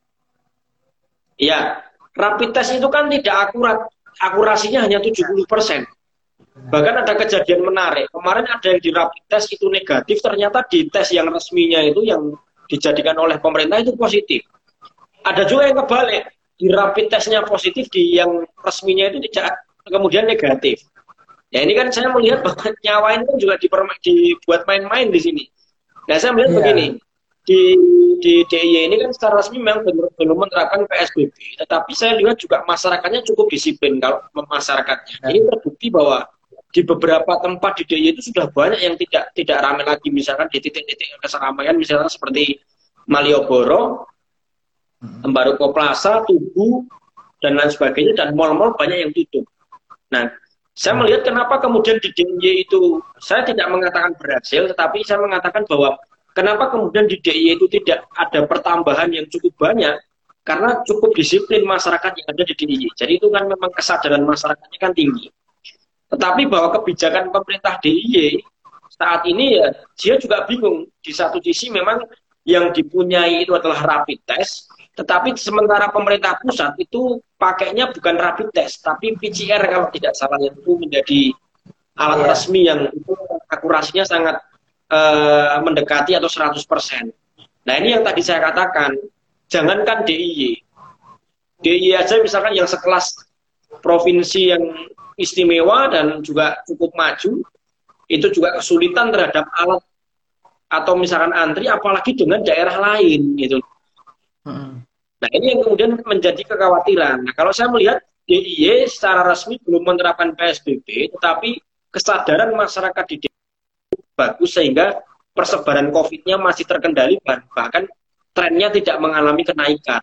Iya, rapid test itu kan tidak akurat, akurasinya hanya 70%. Bahkan ada kejadian menarik, kemarin ada yang di rapid test itu negatif, ternyata di tes yang resminya itu yang dijadikan oleh pemerintah itu positif. Ada juga yang kebalik, di rapid testnya positif, di yang resminya itu tidak, kemudian negatif. Ya ini kan saya melihat bahwa nyawa ini kan juga dibuat main-main di sini. Nah saya melihat begini, di DIY ini kan secara resmi memang belum menerapkan PSBB, tetapi saya lihat juga masyarakatnya cukup disiplin kalau masyarakatnya. Ini terbukti bahwa di beberapa tempat di DIY itu sudah banyak yang tidak ramai lagi, misalkan di titik-titik keseramaian misalnya seperti Malioboro, Embaruko Plaza, Tugu, dan lain sebagainya, dan mal-mal banyak yang tutup. Nah, saya melihat kenapa kemudian di DIY itu, saya tidak mengatakan berhasil, tetapi saya mengatakan bahwa kenapa kemudian di DIY itu tidak ada pertambahan yang cukup banyak, karena cukup disiplin masyarakat yang ada di DIY. Jadi itu kan memang kesadaran masyarakatnya kan tinggi. Tetapi bahwa kebijakan pemerintah DIY saat ini ya, dia juga bingung. Di satu sisi memang yang dipunyai itu adalah rapid test, tetapi sementara pemerintah pusat itu pakainya bukan rapid test, tapi PCR kalau tidak salah, yang itu menjadi alat resmi yang itu akurasinya sangat mendekati atau 100%. Nah ini yang tadi saya katakan, jangankan DIY aja misalkan yang sekelas provinsi yang istimewa dan juga cukup maju, itu juga kesulitan terhadap alat atau misalkan antri, apalagi dengan daerah lain gitu. Nah ini yang kemudian menjadi kekhawatiran. Nah kalau saya melihat DIY secara resmi belum menerapkan PSBB, tetapi kesadaran masyarakat di DIY bagus sehingga persebaran COVID-nya masih terkendali, bahkan trennya tidak mengalami kenaikan.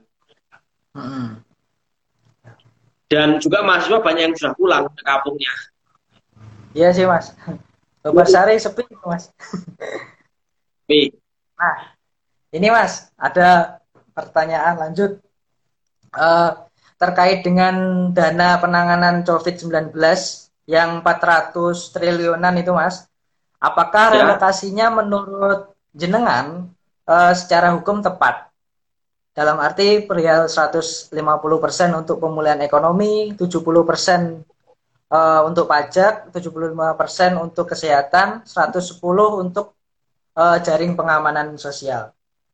Dan juga mahasiswa banyak yang sudah pulang ke kampungnya. Iya sih Mas. Bapak Sari sepi Mas. Nah, ini Mas, ada pertanyaan lanjut terkait dengan dana penanganan COVID-19 yang 400 triliunan itu Mas. Apakah relokasinya menurut jenengan secara hukum tepat? Dalam arti perihal 150% untuk pemulihan ekonomi, 70% untuk pajak, 75% untuk kesehatan, 110 untuk jaring pengamanan sosial.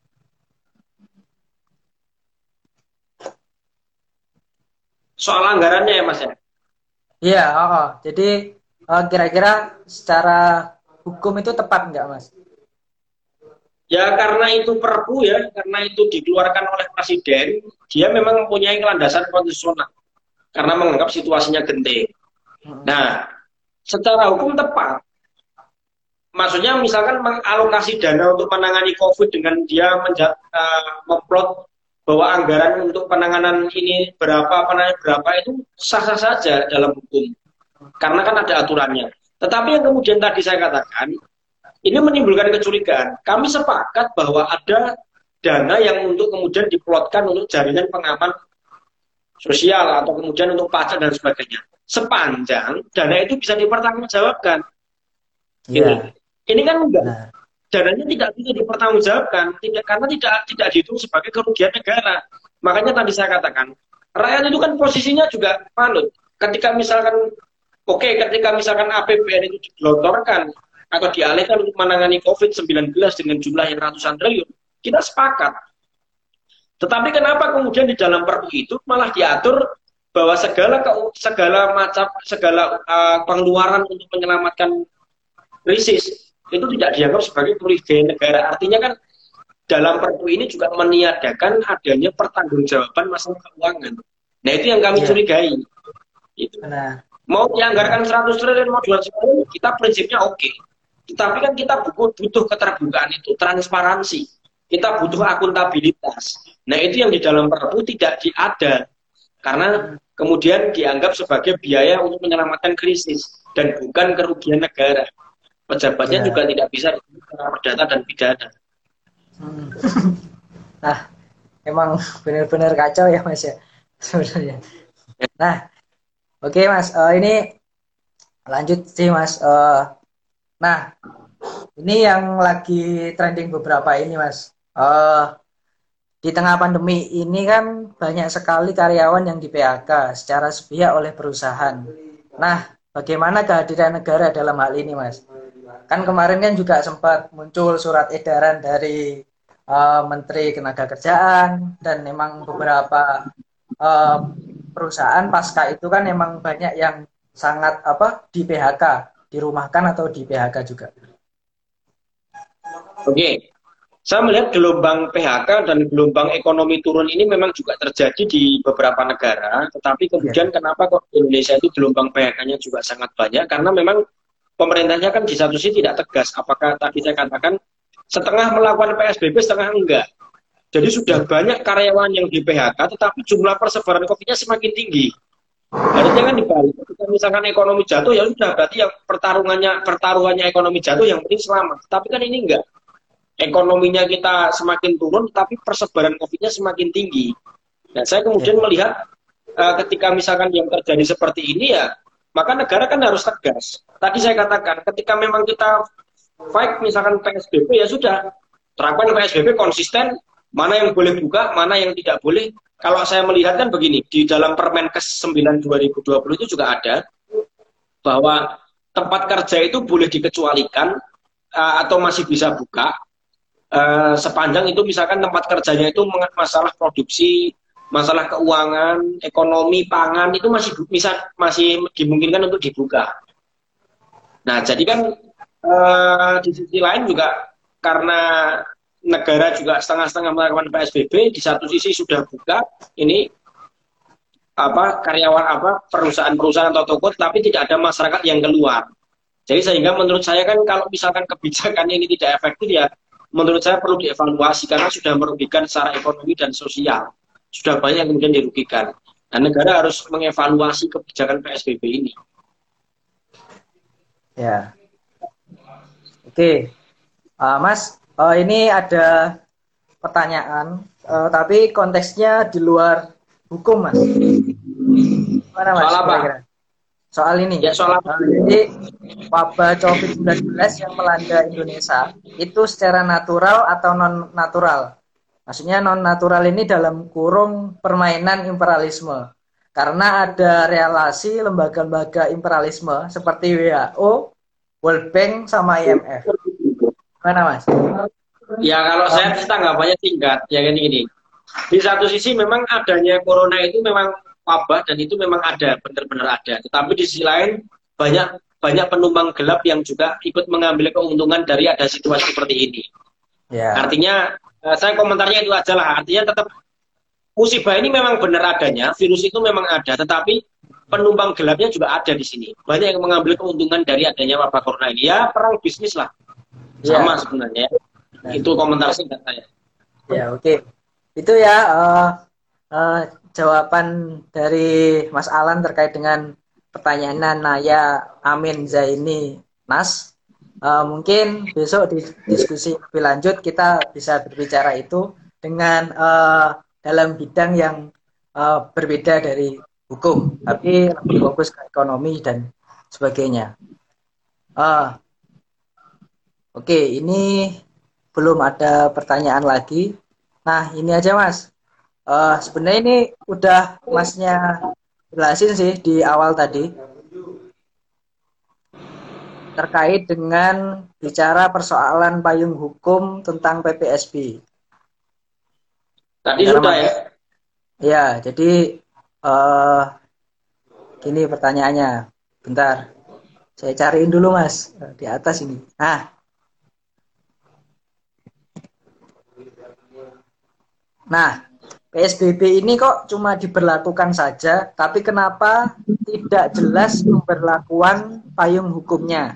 Soal anggarannya ya Mas ya? Iya, jadi kira-kira secara hukum itu tepat nggak Mas? Ya karena itu perpu ya, karena itu dikeluarkan oleh Presiden, dia memang mempunyai landasan konstitusional. Karena menganggap situasinya genting. Nah, secara hukum tepat. Maksudnya misalkan mengalokasi dana untuk menangani COVID dengan dia memplot bahwa anggaran untuk penanganan ini berapa itu sah-sah saja dalam hukum. Karena kan ada aturannya. Tetapi yang kemudian tadi saya katakan, ini menimbulkan kecurigaan. Kami sepakat bahwa ada dana yang untuk kemudian diplotkan untuk jaringan pengaman sosial atau kemudian untuk pajak dan sebagainya. Sepanjang dana itu bisa dipertanggungjawabkan. Yeah. Ini kan enggak. Dananya tidak bisa dipertanggungjawabkan, karena tidak dihitung sebagai kerugian negara. Makanya tadi saya katakan, rakyat itu kan posisinya juga manut. Ketika misalkan APBN itu digelontorkan atau dialihkan untuk menangani COVID-19 dengan jumlah yang ratusan triliun, kita sepakat. Tetapi kenapa kemudian di dalam perpu itu malah diatur bahwa segala pengeluaran untuk menyelamatkan krisis itu tidak dianggap sebagai kerugian negara. Artinya kan dalam perpu ini juga meniadakan adanya pertanggungjawaban masalah keuangan. Nah itu yang kami curigai. Itu. Mau dianggarkan 100 triliun, mau 200 triliun, kita prinsipnya oke. Tetapi kan kita butuh keterbukaan itu, transparansi. Kita butuh akuntabilitas. Nah itu yang di dalam perpu tidak ada. Karena kemudian dianggap sebagai biaya untuk menyelamatkan krisis. Dan bukan kerugian negara. Pejabatnya juga tidak bisa secara perdata dan pidana. Nah, emang benar-benar kacau ya Mas ya sebenarnya. Nah, oke Mas, ini lanjut sih Mas. Nah, ini yang lagi trending beberapa ini Mas. Di tengah pandemi ini kan banyak sekali karyawan yang di PHK secara sepihak oleh perusahaan. Nah, bagaimana kehadiran negara dalam hal ini Mas? Kan kemarin kan juga sempat muncul surat edaran dari Menteri Ketenagakerjaan dan memang beberapa perusahaan pasca itu kan memang banyak yang sangat di PHK, dirumahkan atau di PHK juga. Oke. Saya melihat gelombang PHK dan gelombang ekonomi turun ini memang juga terjadi di beberapa negara, tetapi kemudian kenapa kok Indonesia itu gelombang PHK-nya juga sangat banyak? Karena memang pemerintahnya kan di satu sisi tidak tegas. Apakah tadi saya katakan setengah melakukan PSBB, setengah enggak. Jadi sudah banyak karyawan yang di PHK, tetapi jumlah persebaran COVID-nya semakin tinggi. Harusnya kan dibalik. Ketika misalkan ekonomi jatuh, ya sudah berarti yang pertaruhannya ekonomi jatuh yang penting selamat. Tapi kan ini enggak. Ekonominya kita semakin turun, tapi persebaran COVID-nya semakin tinggi. Nah, saya kemudian melihat ketika misalkan yang terjadi seperti ini ya, maka negara kan harus tegas. Tadi saya katakan, ketika memang kita fight misalkan PSBB, ya sudah, terapkan PSBB konsisten, mana yang boleh buka, mana yang tidak boleh. Kalau saya melihat kan begini, di dalam Permenkes 9 2020 itu juga ada, bahwa tempat kerja itu boleh dikecualikan atau masih bisa buka, sepanjang itu misalkan tempat kerjanya itu masalah produksi, masalah keuangan, ekonomi, pangan itu masih dimungkinkan untuk dibuka. Nah, jadi kan di sisi lain juga karena negara juga setengah-setengah melakukan PSBB, di satu sisi sudah buka, ini karyawan perusahaan-perusahaan atau toko, tapi tidak ada masyarakat yang keluar. Jadi sehingga menurut saya kan kalau misalkan kebijakan ini tidak efektif ya, menurut saya perlu dievaluasi karena sudah merugikan secara ekonomi dan sosial. Sudah banyak yang kemudian dirugikan. Dan negara harus mengevaluasi kebijakan PSBB ini. Ya. Oke. Mas, ini ada pertanyaan, tapi konteksnya di luar hukum, Mas. Gimana, Mas? Soal apa? Kira-kira? Soal ini. Ya, soal apa? Jadi, wabah COVID-19 yang melanda Indonesia, itu secara natural atau non-natural? Maksudnya non-natural ini dalam kurung permainan imperialisme. Karena ada relasi lembaga-lembaga imperialisme seperti WHO, World Bank, sama IMF. Gimana, Mas? Ya, kalau saya tanggapannya singkat, ya gini. Di satu sisi memang adanya corona itu memang wabah dan itu memang ada, benar-benar ada. Tetapi di sisi lain banyak penumpang gelap yang juga ikut mengambil keuntungan dari ada situasi seperti ini. Ya. Artinya saya komentarnya itu aja lah. Artinya tetap musibah ini memang benar adanya, virus itu memang ada, tetapi penumpang gelapnya juga ada di sini. Banyak yang mengambil keuntungan dari adanya wabah corona ini. Ya perang bisnis lah, sama sebenarnya. Nah, itu komentar singkat saya. Ya oke. Itu ya jawaban dari Mas Alan terkait dengan pertanyaan Naya Amin Zaini Nas. Mungkin besok di diskusi lebih lanjut kita bisa berbicara itu dengan dalam bidang yang berbeda dari hukum, tapi lebih fokus ke ekonomi dan sebagainya. Oke, ini belum ada pertanyaan lagi. Nah, ini aja, Mas. Sebenarnya ini udah Masnya jelasin sih di awal tadi terkait dengan bicara persoalan payung hukum tentang PPSB. Tadi sudah ya? Ya, jadi gini pertanyaannya. Bentar, saya cariin dulu, Mas, di atas ini. Nah, PSBB ini kok cuma diberlakukan saja, tapi kenapa tidak jelas pemberlakuan payung hukumnya?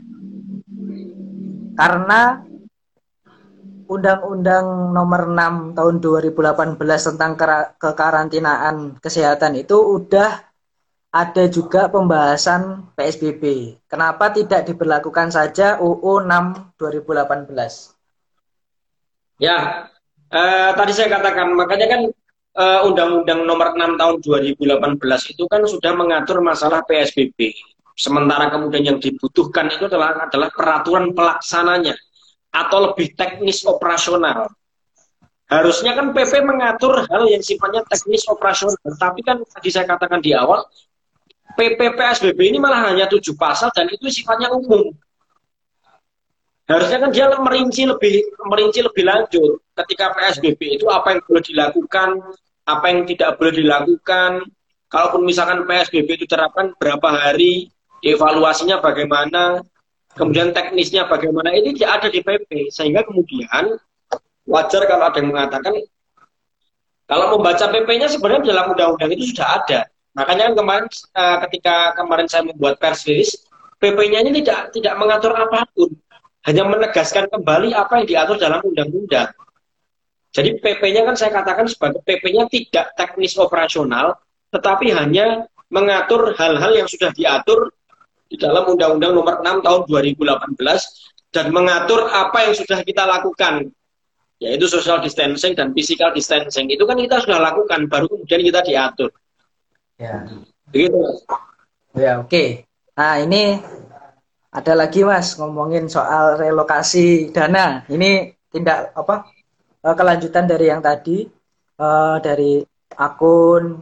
Karena Undang-Undang Nomor 6 Tahun 2018 tentang kekarantinaan kesehatan itu udah ada juga pembahasan PSBB. Kenapa tidak diberlakukan saja UU 6 2018? Ya, tadi saya katakan, makanya kan Undang-Undang Nomor 6 Tahun 2018 itu kan sudah mengatur masalah PSBB. Sementara kemudian yang dibutuhkan itu adalah peraturan pelaksananya atau lebih teknis operasional. Harusnya kan PP mengatur hal yang sifatnya teknis operasional, tapi kan tadi saya katakan di awal, PP PSBB ini malah hanya 7 pasal dan itu sifatnya umum. Harusnya kan dia merinci lebih lanjut ketika PSBB itu apa yang boleh dilakukan, apa yang tidak boleh dilakukan. Kalaupun misalkan PSBB itu terapkan berapa hari, evaluasinya bagaimana, kemudian teknisnya bagaimana, ini tidak ada di PP. Sehingga kemudian wajar kalau ada yang mengatakan kalau membaca PP-nya sebenarnya dalam undang-undang itu sudah ada. Makanya kan kemarin ketika kemarin saya membuat press release, PP-nya ini tidak mengatur apapun. Hanya menegaskan kembali apa yang diatur dalam undang-undang. Jadi PP-nya kan saya katakan sebagai PP-nya tidak teknis operasional, tetapi hanya mengatur hal-hal yang sudah diatur di dalam Undang-Undang Nomor 6 Tahun 2018 dan mengatur apa yang sudah kita lakukan, yaitu social distancing dan physical distancing. Itu kan kita sudah lakukan, baru kemudian kita diatur. Ya. Begitu. Ya, oke. Nah, ini ada lagi, Mas, ngomongin soal relokasi dana. Ini kelanjutan dari yang tadi, dari akun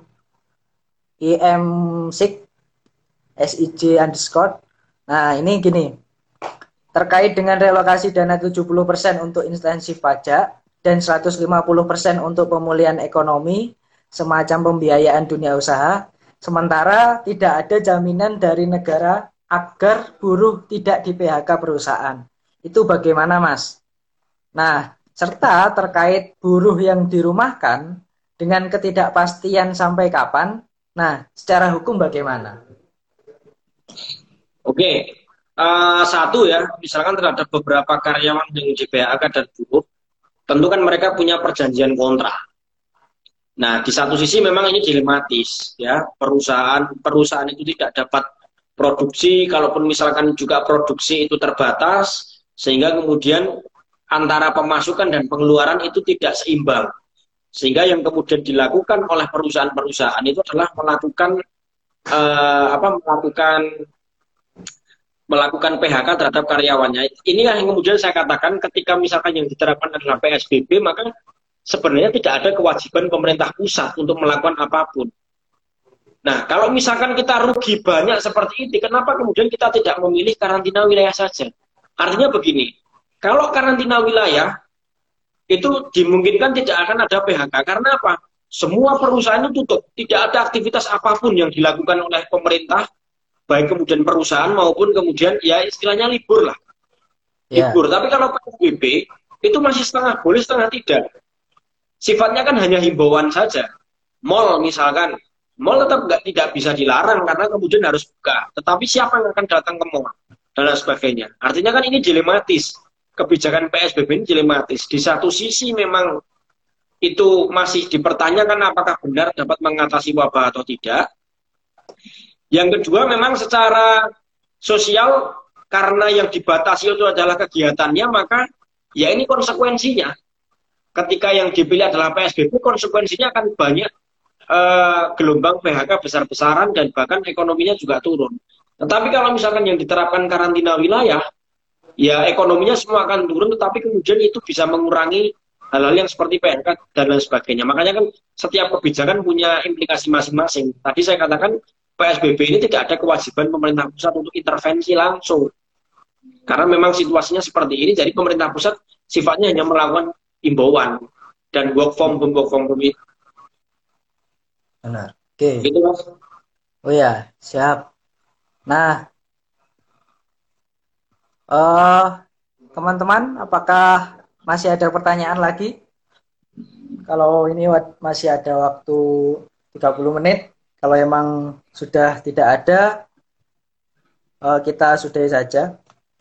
SIJ _. Nah, ini gini. Terkait dengan relokasi dana 70% untuk insentif pajak dan 150% untuk pemulihan ekonomi, semacam pembiayaan dunia usaha, sementara tidak ada jaminan dari negara agar buruh tidak di PHK perusahaan. Itu bagaimana, Mas? Nah, serta terkait buruh yang dirumahkan dengan ketidakpastian sampai kapan, Nah, secara hukum bagaimana? Oke, satu ya, misalkan terhadap beberapa karyawan yang di PHK dan buruh, tentu kan mereka punya perjanjian kontrak. Nah, di satu sisi memang ini dilematis ya, perusahaan itu tidak dapat produksi, kalaupun misalkan juga produksi itu terbatas, sehingga kemudian antara pemasukan dan pengeluaran itu tidak seimbang. Sehingga yang kemudian dilakukan oleh perusahaan-perusahaan itu adalah melakukan PHK terhadap karyawannya. Inilah yang kemudian saya katakan ketika misalkan yang diterapkan adalah PSBB, maka sebenarnya tidak ada kewajiban pemerintah pusat untuk melakukan apapun. Nah, kalau misalkan kita rugi banyak seperti ini, kenapa kemudian kita tidak memilih karantina wilayah saja? Artinya begini, kalau karantina wilayah itu dimungkinkan tidak akan ada PHK. Karena apa? Semua perusahaan itu tutup, tidak ada aktivitas apapun yang dilakukan oleh pemerintah, baik kemudian perusahaan maupun kemudian ya istilahnya libur lah. Ya, Libur. Tapi kalau PSBB itu masih setengah boleh setengah tidak. Sifatnya kan hanya himbauan saja. Mall misalkan, mall tetap tidak bisa dilarang karena kemudian harus buka. Tetapi siapa yang akan datang ke mall dan lain sebagainya. Artinya kan ini dilematis. Kebijakan PSBB ini dilematis. Di satu sisi memang itu masih dipertanyakan apakah benar dapat mengatasi wabah atau tidak. Yang kedua memang secara sosial karena yang dibatasi itu adalah kegiatannya, maka ya ini konsekuensinya. Ketika yang dipilih adalah PSBB, konsekuensinya akan banyak gelombang PHK besar-besaran dan bahkan ekonominya juga turun. Tetapi kalau misalkan yang diterapkan karantina wilayah, ya ekonominya semua akan turun, tetapi kemudian itu bisa mengurangi hal-hal yang seperti PHK dan lain sebagainya. Makanya kan setiap kebijakan punya implikasi masing-masing. Tadi saya katakan PSBB ini tidak ada kewajiban pemerintah pusat untuk intervensi langsung. Karena memang situasinya seperti ini, jadi pemerintah pusat sifatnya hanya melakukan imbauan dan work from home itu. benar. Oke. Gitu, Mas. Oh ya, siap. Nah, eh teman-teman, apakah masih ada pertanyaan lagi? Kalau ini masih ada waktu 30 menit. Kalau emang sudah tidak ada, kita sudahi saja.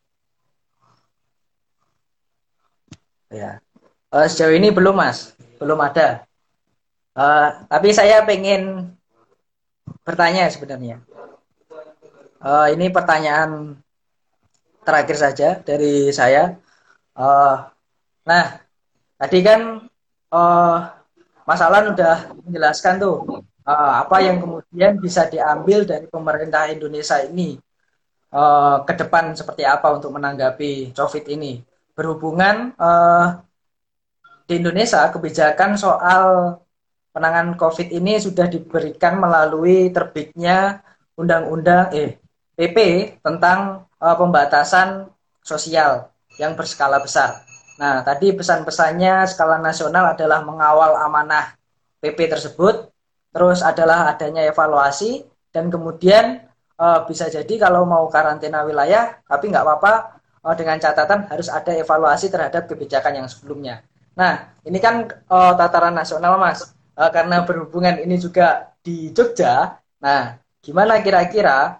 Ya. Sejauh ini belum, Mas. Belum ada. Tapi saya pengen bertanya sebenarnya. Ini pertanyaan terakhir saja dari saya. Nah, tadi kan Mas Alan udah menjelaskan tuh apa yang kemudian bisa diambil dari pemerintah Indonesia ini ke depan seperti apa untuk menanggapi COVID ini. Berhubungan di Indonesia kebijakan soal penanganan COVID ini sudah diberikan melalui terbitnya Undang-Undang PP tentang pembatasan sosial yang berskala besar. Nah, tadi pesan-pesannya skala nasional adalah mengawal amanah PP tersebut, terus adalah adanya evaluasi, dan kemudian bisa jadi kalau mau karantina wilayah, tapi nggak apa-apa dengan catatan harus ada evaluasi terhadap kebijakan yang sebelumnya. Nah, ini kan tataran nasional, Mas. Karena berhubungan ini juga di Jogja, nah, gimana kira-kira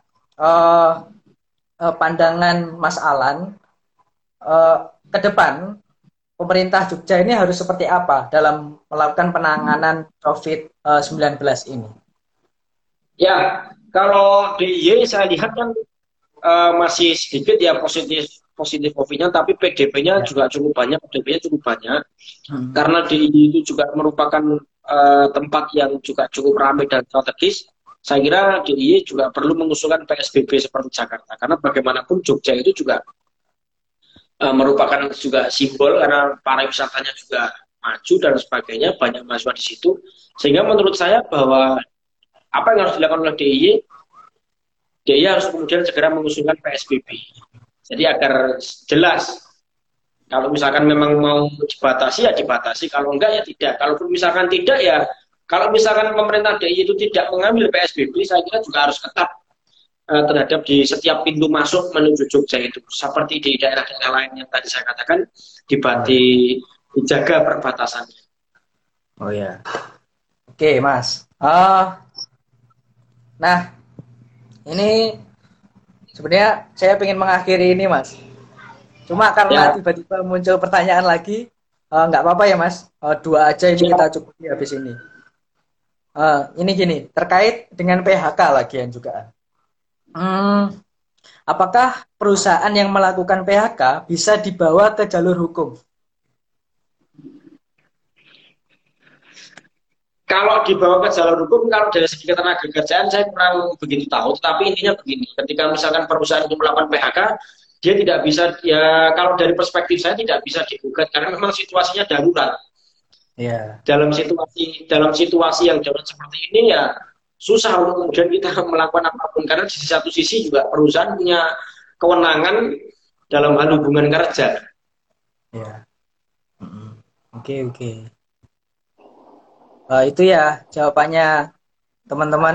pandangan Mas Alan ke depan pemerintah Jogja ini harus seperti apa dalam melakukan penanganan COVID-19 ini? Ya, kalau DIY saya lihat kan masih sedikit ya positif COVID-nya, tapi PDP-nya juga cukup banyak, PDP-nya cukup banyak. Karena DIY itu juga merupakan tempat yang juga cukup ramai dan strategis. Saya kira DIY juga perlu mengusulkan PSBB seperti Jakarta, karena bagaimanapun Jogja itu juga merupakan juga simbol karena pariwisatanya juga maju dan sebagainya, banyak mahasiswa di situ. Sehingga menurut saya bahwa apa yang harus dilakukan oleh DIY harus kemudian segera mengusulkan PSBB. Jadi agar jelas, kalau misalkan memang mau dibatasi ya dibatasi, kalau enggak ya tidak. Kalau misalkan tidak ya, kalau misalkan pemerintah DIY itu tidak mengambil PSBB, saya kira juga harus ketat terhadap di setiap pintu masuk menuju Jogja itu. Seperti di daerah-daerah lain yang tadi saya katakan, dijaga perbatasannya. Oh ya. Oke, Mas. Nah, ini sebenarnya saya ingin mengakhiri ini, Mas. Cuma karena Ya, tiba-tiba muncul pertanyaan lagi, nggak apa-apa ya, Mas. Dua aja ini siap. kita cukupi habis ini. Ini gini, terkait dengan PHK lagian juga. Hmm, apakah perusahaan yang melakukan PHK bisa dibawa ke jalur hukum? Kalau dibawa ke jalur hukum, kalau dari segi ketenaga kerjaan saya kurang begitu tahu. Tetapi intinya begini, ketika misalkan perusahaan itu melakukan PHK, dia tidak bisa, ya kalau dari perspektif saya tidak bisa digugat karena memang situasinya darurat. Ya, Dalam situasi yang darurat seperti ini ya susah untuk kemudian kita melakukan apapun karena di satu sisi juga perusahaan punya kewenangan dalam hal hubungan kerja. ya. Mm-mm. Oke, oke. Itu ya jawabannya teman-teman.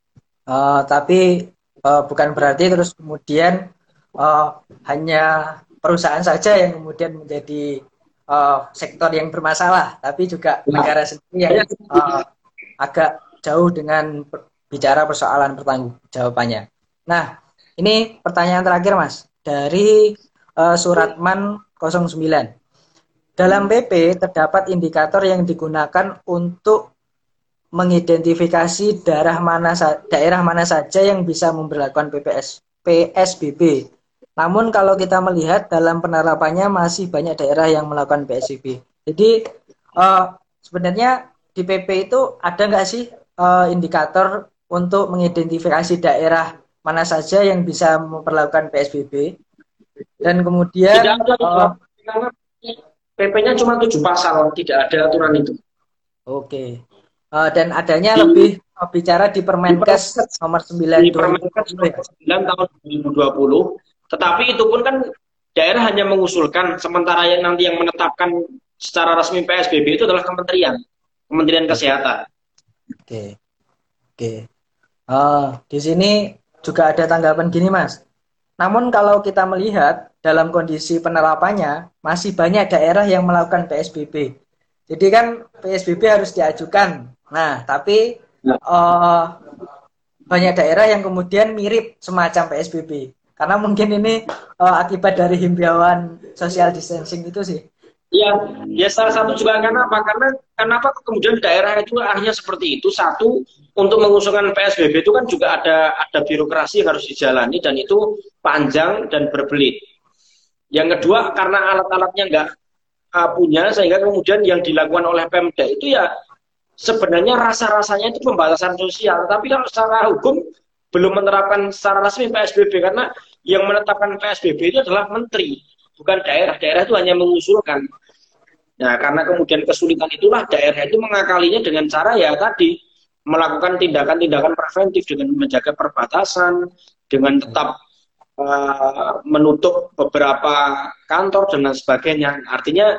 Tapi bukan berarti terus kemudian eh, hanya perusahaan saja yang kemudian menjadi sektor yang bermasalah, tapi juga Nah, negara sendiri yang banyak agak jauh dengan bicara persoalan pertanggungjawabannya. Nah, ini pertanyaan terakhir, Mas, dari Suratman 09. Dalam PP terdapat indikator yang digunakan untuk mengidentifikasi daerah mana saja yang bisa memberlakukan PSBB. Namun kalau kita melihat dalam penerapannya masih banyak daerah yang melakukan PSBB. Jadi sebenarnya di PP itu ada nggak sih indikator untuk mengidentifikasi daerah mana saja yang bisa memperlakukan PSBB? Dan tidak kemudian ada karena PP-nya cuma 7 pasal, tidak ada aturan itu. oke. Dan adanya Di, lebih bicara di di Permenkes Permenkes nomor 9 di Permenkes 2020 ya. nomor 9 tahun 2020, tetapi itu pun kan daerah hanya mengusulkan, sementara yang nanti yang menetapkan secara resmi PSBB itu adalah Kementerian Kesehatan. Oke, oke. Di sini juga ada tanggapan gini, Mas. Namun kalau kita melihat dalam kondisi penerapannya, masih banyak daerah yang melakukan PSBB. Jadi kan PSBB harus diajukan. Nah, tapi Nah, eh, banyak daerah yang kemudian mirip semacam PSBB. Karena mungkin ini akibat dari himbauan social distancing itu sih. ya, ya salah satu juga karena apa? Karena kenapa kemudian daerah itu akhirnya seperti itu? Satu, untuk mengusulkan PSBB itu kan juga ada birokrasi yang harus dijalani dan itu panjang dan berbelit. Yang kedua, karena alat-alatnya nggak punya, sehingga kemudian yang dilakukan oleh Pemda itu ya sebenarnya rasa-rasanya itu pembatasan sosial. Tapi kalau secara hukum belum menerapkan secara resmi PSBB karena yang menetapkan PSBB itu adalah menteri, bukan daerah. Daerah itu hanya mengusulkan. Nah, karena kemudian kesulitan itulah daerah itu mengakalinya dengan cara ya tadi melakukan tindakan-tindakan preventif dengan menjaga perbatasan, dengan tetap menutup beberapa kantor dan lain sebagainya. Artinya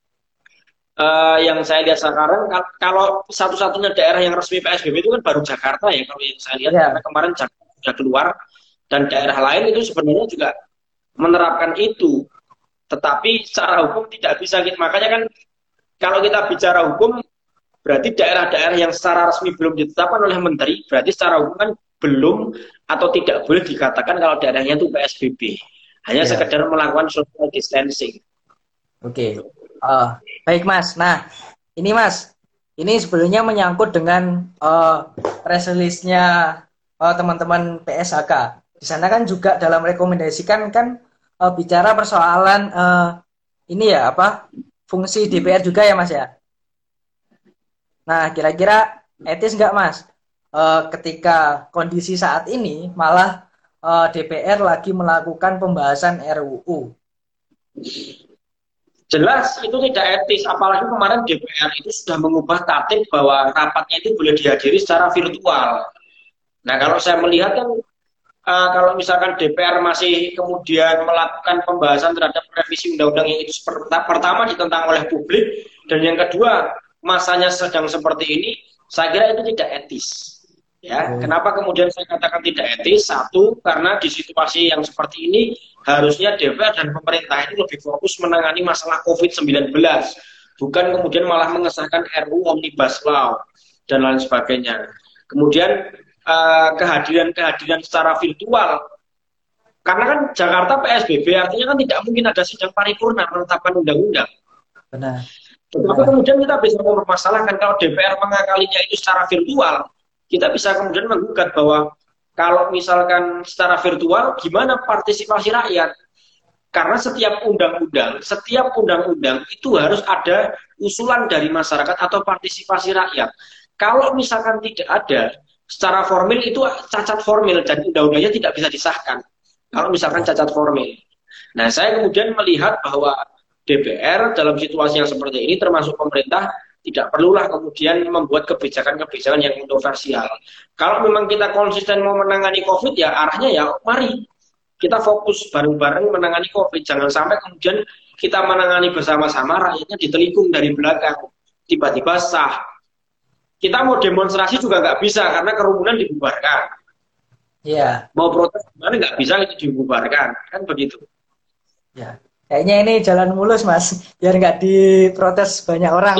yang saya lihat sekarang kalau satu-satunya daerah yang resmi PSBB itu kan baru Jakarta ya kalau yang saya lihat Ya, karena kemarin Jakarta sudah keluar dan daerah lain itu sebenarnya juga menerapkan itu. Tetapi secara hukum tidak bisa gitu. Makanya kan kalau kita bicara hukum berarti daerah-daerah yang secara resmi belum ditetapkan oleh menteri berarti secara hukum kan belum atau tidak boleh dikatakan kalau daerahnya itu PSBB. Hanya ya. sekedar melakukan social distancing. Oke. Baik, Mas. Nah, ini Mas, ini sebenarnya menyangkut dengan press release-nya teman-teman PSHK. Di sana kan juga dalam rekomendasikan kan bicara persoalan ini ya apa fungsi DPR juga ya, Mas ya. Nah, kira-kira etis nggak, Mas? Ketika kondisi saat ini malah DPR lagi melakukan pembahasan RUU. Jelas itu tidak etis, apalagi kemarin DPR itu sudah mengubah tatib bahwa rapatnya itu boleh dihadiri secara virtual. Nah, kalau saya melihat kan kalau misalkan DPR masih kemudian melakukan pembahasan terhadap revisi undang-undang yang itu pertama ditentang oleh publik dan yang kedua masanya sedang seperti ini, saya kira itu tidak etis. Ya, kenapa kemudian saya katakan tidak etis? Satu, karena di situasi yang seperti ini harusnya DPR dan pemerintah itu lebih fokus menangani masalah COVID-19, bukan kemudian malah mengesahkan RUU Omnibus Law dan lain sebagainya. Kemudian kehadiran secara virtual. Karena kan Jakarta PSBB, artinya kan tidak mungkin ada sidang paripurna menetapkan undang-undang. Benar. Tetapi kemudian kita bisa mempermasalahkan kalau DPR mengakalinya itu secara virtual, kita bisa kemudian menggugat bahwa kalau misalkan secara virtual, gimana partisipasi rakyat? Karena setiap undang-undang itu harus ada usulan dari masyarakat atau partisipasi rakyat. Kalau misalkan tidak ada, secara formil itu cacat formil dan undang-undangnya tidak bisa disahkan. Kalau misalkan cacat formil. Nah, saya kemudian melihat bahwa DPR dalam situasi yang seperti ini, termasuk pemerintah, tidak perlulah kemudian membuat kebijakan-kebijakan yang kontroversial. Kalau memang kita konsisten mau menangani COVID, ya arahnya ya mari kita fokus bareng-bareng menangani COVID. Jangan sampai kemudian kita menangani bersama-sama, rakyatnya ditelikung dari belakang. Tiba-tiba sah. Kita mau demonstrasi juga nggak bisa karena kerumunan dibubarkan. Iya. Mau protes gimana nggak bisa itu dibubarkan. Kan begitu. Ya. Kayaknya ini jalan mulus, Mas. Biar nggak diprotes banyak orang.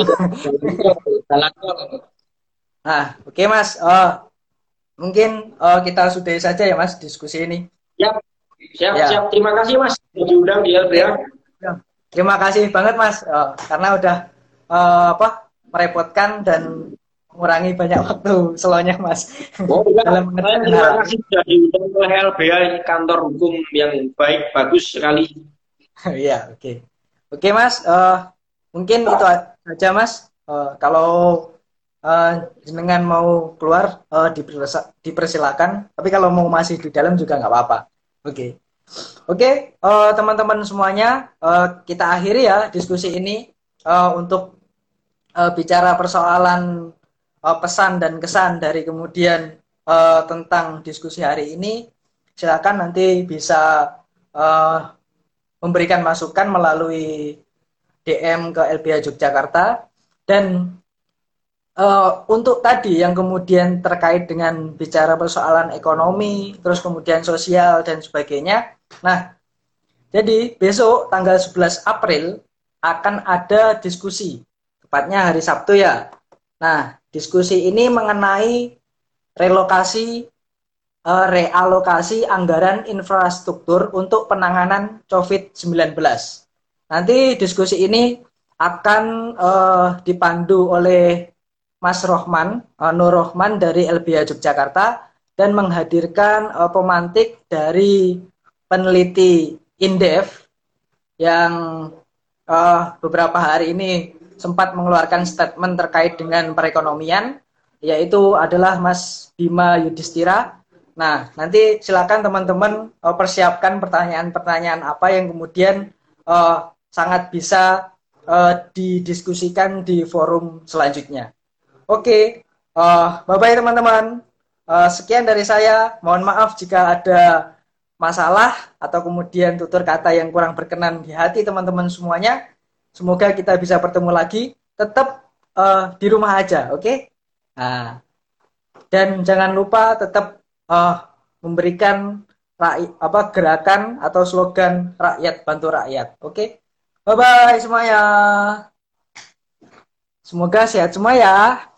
Nah, oke, Mas. Mungkin kita sudahi saja ya, Mas, diskusi ini. Siap. Terima kasih, Mas. Diundang di LBH. Terima kasih banget, Mas. Karena udah merepotkan dan mengurangi banyak waktu selonya, Mas. Dalam terima kasih sudah diundang oleh LBH, kantor hukum yang baik, bagus sekali. Iya, oke. Oke, Mas. Mungkin itu saja, Mas. Kalau jenengan mau keluar, dipersilakan. Tapi kalau mau masih di dalam juga nggak apa-apa. Oke. Teman-teman semuanya, kita akhiri ya diskusi ini untuk bicara persoalan pesan dan kesan dari kemudian tentang diskusi hari ini. Silakan nanti bisa memberikan masukan melalui DM ke LBH Yogyakarta. Dan untuk tadi yang kemudian terkait dengan bicara persoalan ekonomi, terus kemudian sosial dan sebagainya. Nah, jadi besok tanggal 11 April akan ada diskusi, tepatnya hari Sabtu ya. Nah, diskusi ini mengenai realokasi anggaran infrastruktur untuk penanganan COVID-19. Nanti diskusi ini akan dipandu oleh Mas Rohman, Nur Rohman dari LBH Yogyakarta, dan menghadirkan pemantik dari peneliti Indef yang beberapa hari ini sempat mengeluarkan statement terkait dengan perekonomian, yaitu adalah Mas Bima Yudhistira. Nah, nanti silakan teman-teman persiapkan pertanyaan-pertanyaan apa yang kemudian sangat bisa didiskusikan di forum selanjutnya. Oke, bye-bye teman-teman. Sekian dari saya. Mohon maaf jika ada masalah atau kemudian tutur kata yang kurang berkenan di hati teman-teman semuanya. Semoga kita bisa bertemu lagi. Tetap di rumah aja, oke? Nah, dan jangan lupa tetap memberikan gerakan atau slogan rakyat bantu rakyat, oke? Bye-bye semuanya. Semoga sehat semua ya.